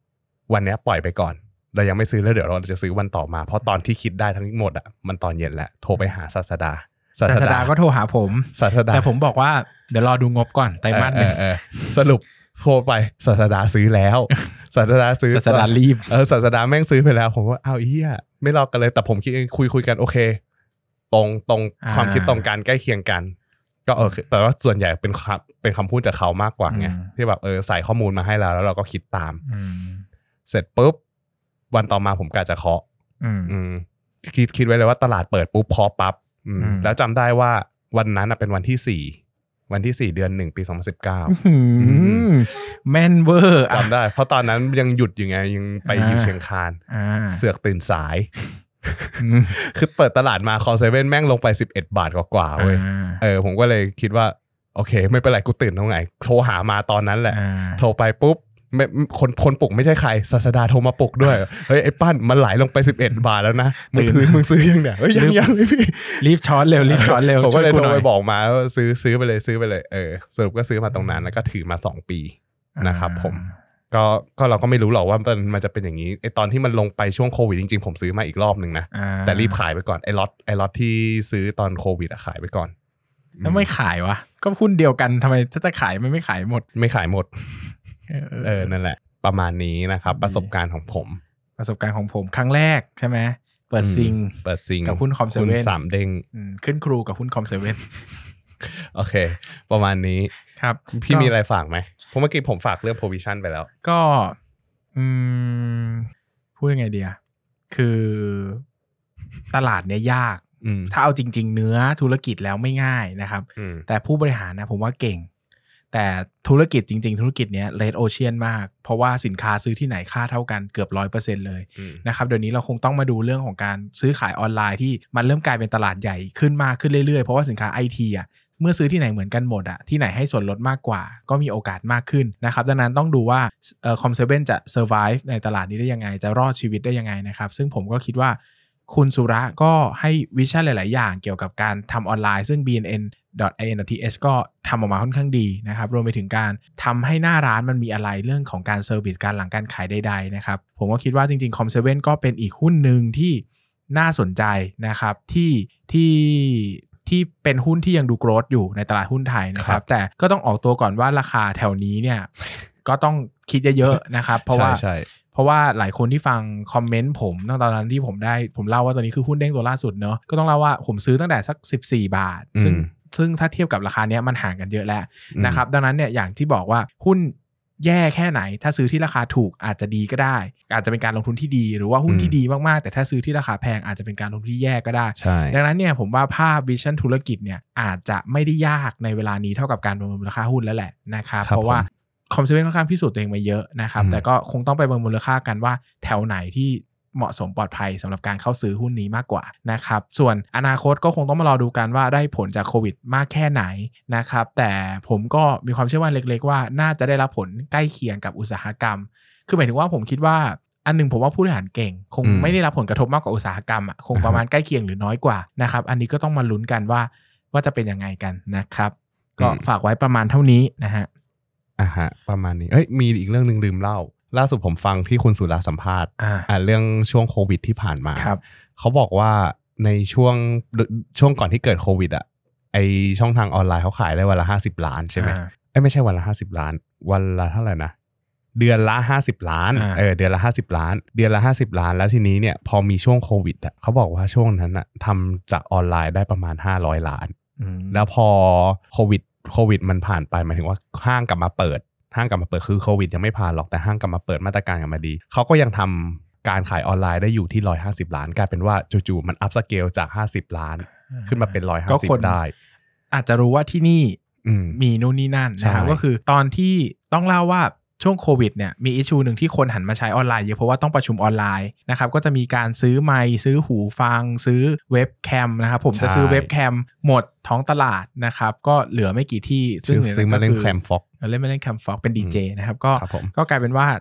วันนี้ปล่อยไปก่อนเรายังไม่ซื้อแล้วเดี๋ยวเราจะซื้อวันต่อมาเพราะตอนที่คิดได้ทั้งหมดอ่ะมันตอนเย็นแล้วโทรไปหาศาสดาศาสดาก็โทรหาผมศาสดาแต่ผมบอกว่าเดี๋ยวรอดูงบก่อนไตรมาสหนึ่งสรุปโทรไปศาสดาซื้อแล้วศาสดาซื้อศาสดารีบเออศาสดาแม่งซื้อไปแล้วผมว่าอ้าวเหี้ยไม่รอกันเลยแต่ผมคิดคุยคุยกันโอเคตรงตรงความคิดตรงกันใกล้เคียงกันก็เออแต่ว่าส่วนใหญ่เป็นคำเป็นคำพูดจากเขามากกว่าไงที่แบบเออใส่ข้อมูลมาให้เราแล้วเราก็คิดตามเสร็จปุ๊บวันต่อมาผมกะจะเคาะคิดคิดไว้เลยว่าตลาดเปิดปุ๊บเคาะปั๊บแล้วจำได้ว่าวันนั้นเป็นวันที่สี่วันที่สี่เดือนหนึ่งปีสองพันสิบเก้าแม่นเวอร์จำได้เพราะตอนนั้นยังหยุดอยู่ไงยังไปอยู่เชียงคานเสือกตื่นสายคือเปิดตลาดมาคอเซเว่นแม่งลงไปสิบเอ็ดบาทกว่าๆเว้ยเออผมก็เลยคิดว่าโอเคไม่เป็นไรกูตื่นตรงไหนโทรหามาตอนนั้นแหละโทรไปปุ๊บไม่คนคนปลุกไม่ใช่ใครศาสดาโทรมาปลุกด้วยเฮ้ยไอ้ปั้นมันไหลลงไปสิบเอ็ดบาทแล้วนะมึงซื้อมึงซื้อยังเนี่ยเฮ้ยยังยังพี่รีบช้อนเร็วรีบช้อนเร็วผมก็เลยโทรไปบอกมาว่าซื้อซื้อไปเลยซื้อไปเลยเออสรุปก็ซื้อมาตรงนั้นแล้วก็ถือมาสองปีนะครับผมก็ก็เราก็ไม่รู้หรอกว่ามันมันจะเป็นอย่างนี้ไอ้ตอนที่มันลงไปช่วงโควิดจริงๆผมซื้อมาอีกรอบนึงนะแต่รีบขายไปก่อนไอ้ล็อตไอ้ล็อตที่ซื้อตอนโควิดอะขายไปก่อนแล้วไม่ขายวะก็หุ้นเดียวกันทำไมถ้าจะขายมันไม่ขายหมดไม่ขายหมดเออนั่นแหละประมาณนี้นะครับประสบการณ์ของผมประสบการณ์ของผมครั้งแรกใช่ไหมเปิดซิงเปิดซิงกับหุ้นคอมเซเว่นสามเด้งขึ้นครูกับหุ้นคอมเซเว่นโอเคประมาณนี้ครับพี่มีอะไรฝากไหมเพราะเมื่อกี้ผมฝากเรื่อง provision ไปแล้วก็อืมพูดยังไงเดียคือตลาดเนี้ยยากถ้าเอาจริงๆเนื้อธุรกิจแล้วไม่ง่ายนะครับแต่ผู้บริหารนะผมว่าเก่งแต่ธุรกิจจริงๆธุรกิจเนี้ยเรดโอเชียนมากเพราะว่าสินค้าซื้อที่ไหนค่าเท่ากันเกือบ ร้อยเปอร์เซ็นต์ เลยนะครับเดี๋ยวนี้เราคงต้องมาดูเรื่องของการซื้อขายออนไลน์ที่มันเริ่มกลายเป็นตลาดใหญ่ขึ้นมากขึ้นเรื่อยๆเพราะว่าสินค้า ไอ ที อ่ะเมื่อซื้อที่ไหนเหมือนกันหมดอ่ะที่ไหนให้ส่วนลดมากกว่าก็มีโอกาสมากขึ้นนะครับดังนั้นต้องดูว่าเอ่อ คอมเซเว่น จะ survive ในตลาดนี้ได้ยังไงจะรอดชีวิตได้ยังไงนะครับซึ่งผมก็คิดว่าคุณสุระก็ให้วิชั่นหลายๆอย่างเกี่ยวกับการทำออนไลน์ซึ่ง บี เอ็น เอ็น ดอท ไอ เอ็น ดอท ที เอช ก็ทำออกมาค่อนข้างดีนะครับรวมไปถึงการทำให้หน้าร้านมันมีอะไรเรื่องของการเซอร์วิสการหลังการขายใดๆนะครับผมก็คิดว่าจริงๆ คอมเซเว่น ก็เป็นอีกหุ้นหนึ่งที่น่าสนใจนะครับที่ที่ที่เป็นหุ้นที่ยังดูโกรธอยู่ในตลาดหุ้นไทยนะครับแต่ก็ต้องออกตัวก่อนว่าราคาแถวนี้เนี่ยก็ต้องคิดเยอะๆนะครับเพราะว่าเพราะว่าหลายคนที่ฟังคอมเมนต์ผมตั้งตอนนั้นที่ผมได้ผมเล่าว่าตัวนี้คือหุ้นเด้งตัวล่าสุดเนาะก็ต้องเล่าว่าผมซื้อตั้งแต่สักสิบสี่บาทซึ่งซึ่งถ้าเทียบกับราคาเนี้ยมันห่างกันเยอะแล้วนะครับดังนั้นเนี่ยอย่างที่บอกว่าหุ้นแย่แค่ไหนถ้าซื้อที่ราคาถูกอาจจะดีก็ได้อาจจะเป็นการลงทุนที่ดีหรือว่าหุ้นที่ดีมากๆแต่ถ้าซื้อที่ราคาแพงอาจจะเป็นการลงทุนที่แย่ก็ได้ดังนั้นเนี่ยผมว่าภาพวิชั่นธุรกิจเนี่ยอาจจะไม่ได้ยากในเวลานี้เท่ากับการประเมินมูลค่าหุ้นแล้วแหละนะครับเพราะว่าคอมเซเว่นค่อนข้างพิสูจน์ตัวเองมาเยอะนะครับแต่ก็คงต้องไปประเมินมูลค่ากันว่าแถวไหนที่เหมาะสมปลอดภัยสำหรับการเข้าซื้อหุ้นนี้มากกว่านะครับส่วนอนาคตก็คงต้องมารอดูกันว่าได้ผลจากโควิดมากแค่ไหนนะครับแต่ผมก็มีความเชื่อมั่นเล็กๆว่าน่าจะได้รับผลใกล้เคียงกับอุตสาหกรรมคือหมายถึงว่าผมคิดว่าอันนึงผมว่าผู้บริหารเก่งคงไม่ได้รับผลกระทบมากกว่าอุตสาหกรรมอ่ะคงประมาณใกล้เคียงหรือน้อยกว่านะครับอันนี้ก็ต้องมาลุ้นกันว่าว่าจะเป็นยังไงกันนะครับก็ฝากไว้ประมาณเท่านี้นะฮะอ่าฮะประมาณนี้เอ้ยมีอีกเรื่องนึงลืมเล่าล่าสุดผมฟังที่คุณสุราสัมภาษณ์อ่าเรื่องช่วงโควิดที่ผ่านมาเขาบอกว่าในช่วงช่วงก่อนที่เกิดโควิดอ่ะไอช่องทางออนไลน์เขาขายได้วันละห้าสิบล้านใช่ไหมเอ้ยไม่ใช่วันละห้าสิบล้านวันละเท่าไหร่นะเดือนละห้าสิบล้านเออเดือนละห้าสิบล้านเดือนละห้าสิบล้านแล้วทีนี้เนี่ยพอมีช่วงโควิดอ่ะเขาบอกว่าช่วงนั้นอ่ะทำจากออนไลน์ได้ประมาณห้าร้อยล้านแล้วพอโควิดโควิดมันผ่านไปหมายถึงว่าห้างกลับมาเปิดห้างกลับมาเปิดคือโควิดยังไม่ผ่านหรอกแต่ห้างกลับมาเปิดมาตรการกลับมาดีเขาก็ยังทำการขายออนไลน์ได้อยู่ที่หนึ่งร้อยห้าสิบล้านกลายเป็นว่าจู่ๆมันอัพสเกลจากห้าสิบล้านขึ้นมาเป็นหนึ่งร้อยห้าสิบได้อาจจะรู้ว่าที่นี่มีนู่นนี่นั่นนะครับก็คือตอนที่ต้องเล่าว่าช่วงโควิดเนี่ยมีอิชชูหนึ่งที่คนหันมาใช้ออนไลน์เยอะเพราะว่าต้องประชุมออนไลน์นะครับก็จะมีการซื้อไมค์ซื้อหูฟังซื้อเว็บแคมนะครับผมจะซื้อเว็บแคมหมดท้องตลาดนะครับก็เหลือไม่กี่ที่ซึ่งซื้อมาเล่นแคมฟ็อกเล่นมาเล่นแคมฟ็อกเป็นดีเจนะครับก็ก็กลายเป็นว่า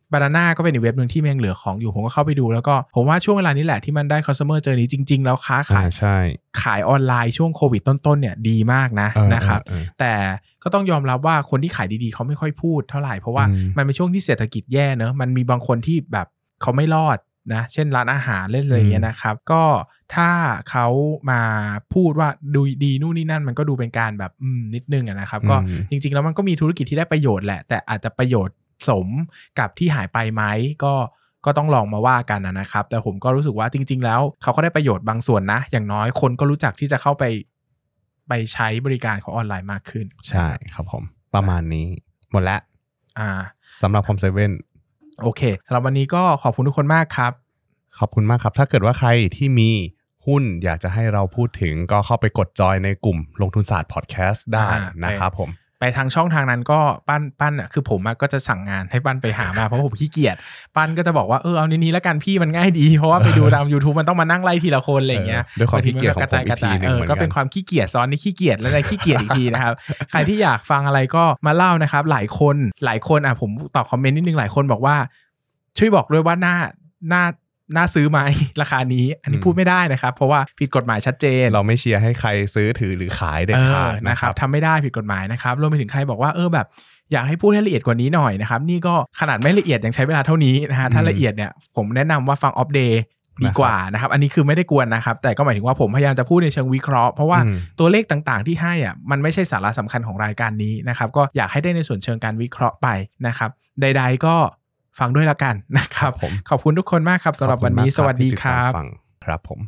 Banana ก็เป็นอีกเว็บนึงที่ยังเหลือของอยู่ผมก็เข้าไปดูแล้วก็ผมว่าช่วงเวลานี้แหละที่มันได้ customer journey จริงๆแล้วค้าขายใช่ขายออนไลน์ช่วงโควิดต้นๆเนี่ยดีมากนะนะครับแต่ก็ต้องยอมรับว่าคนที่ขายดีๆเขาไม่ค่อยพูดเท่าไหร่เพราะว่ามันเป็นช่วงที่เศรษฐกิจแย่เนอะมันมีบางคนที่แบบเขาไม่รอดนะเช่นร้านอาหารเล่นอะไรอย่างเงี้ยนะครับก็ถ้าเขามาพูดว่าดูดีนู่นนี่นั่นมันก็ดูเป็นการแบบอืมนิดนึงนะครับก็จริงๆแล้วมันก็มีธุรกิจที่ได้ประโยชน์แหละแต่อาจจะประโยชน์สมกับที่หายไปไหมก็ก็ต้องลองมาว่ากันนะครับแต่ผมก็รู้สึกว่าจริงๆแล้วเขาก็ได้ประโยชน์บางส่วนนะอย่างน้อยคนก็รู้จักที่จะเข้าไปไปใช้บริการของออนไลน์มากขึ้นใช่ครับผมประมาณนี้หมดแล้วอ่าสำหรับ Home เซเว่นโอเคสำหรับวันนี้ก็ขอบคุณทุกคนมากครับขอบคุณมากครับถ้าเกิดว่าใครที่มีหุ้นอยากจะให้เราพูดถึงก็เข้าไปกดจอยในกลุ่มลงทุนศาสตร์พอดแคสต์ได้นะครับผมไปทางช่องทางนั้นก็ปั้นปั้นอ่ะคือผมก็จะสั่งงานให้ปั้นไปหามาเพราะผมขี้เกียจปั้นก็จะบอกว่าเออเอานี้ๆแล้วกันพี่มันง่ายดีเพราะว่าไปดูตาม YouTube มันต้องมานั่งไล่ทีละคนอะไรอย่างเงี้ยด้วยความขี้เกียจของผมอีกทีนึงเออก็เป็นความขี้เกียจซ้อนนี่ขี้เกียจแล้วในขี้เกียจอีกทีนะครับใครที่อยากฟังอะไรก็มาเล่านะครับหลายคนหลายคนอ่ะผมตอบคอมเมนต์นิดนึงหลายคนบอกว่าช่วยบอกด้วยว่าหน้าหน้าน่าซื้อไหมราคานี้อันนี้พูดไม่ได้นะครับเพราะว่าผิดกฎหมายชัดเจนเราไม่เชียร์ให้ใครซื้อถือหรือขายเด็ดขาดนะครับทำไม่ได้ผิดกฎหมายนะครับรวมไปถึงใครบอกว่าเออแบบอยากให้พูดให้ละเอียดกว่านี้หน่อยนะครับนี่ก็ขนาดไม่ละเอียดยังใช้เวลาเท่านี้นะฮะถ้าละเอียดเนี่ยผมแนะนำว่าฟังออฟเดย์ดีกว่านะครับอันนี้คือไม่ได้กวนนะครับแต่ก็หมายถึงว่าผมพยายามจะพูดในเชิงวิเคราะห์เพราะว่าตัวเลขต่างๆที่ให้อ่ะมันไม่ใช่สาระสำคัญของรายการนี้นะครับก็อยากให้ได้ในส่วนเชิงการวิเคราะห์ไปนะครับใดๆก็ฟังด้วยละกันนะครับขอบคุณทุกคนมากครับสำหรับวันนี้สวัสดีครับครับผม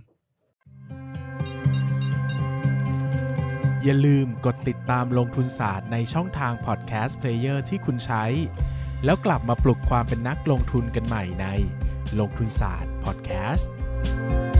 อย่าลืมกดติดตามลงทุนศาสตร์ในช่องทางพอดแคสต์เพลเยอร์ที่คุณใช้แล้วกลับมาปลุกความเป็นนักลงทุนกันใหม่ในลงทุนศาสตร์พอดแคสต์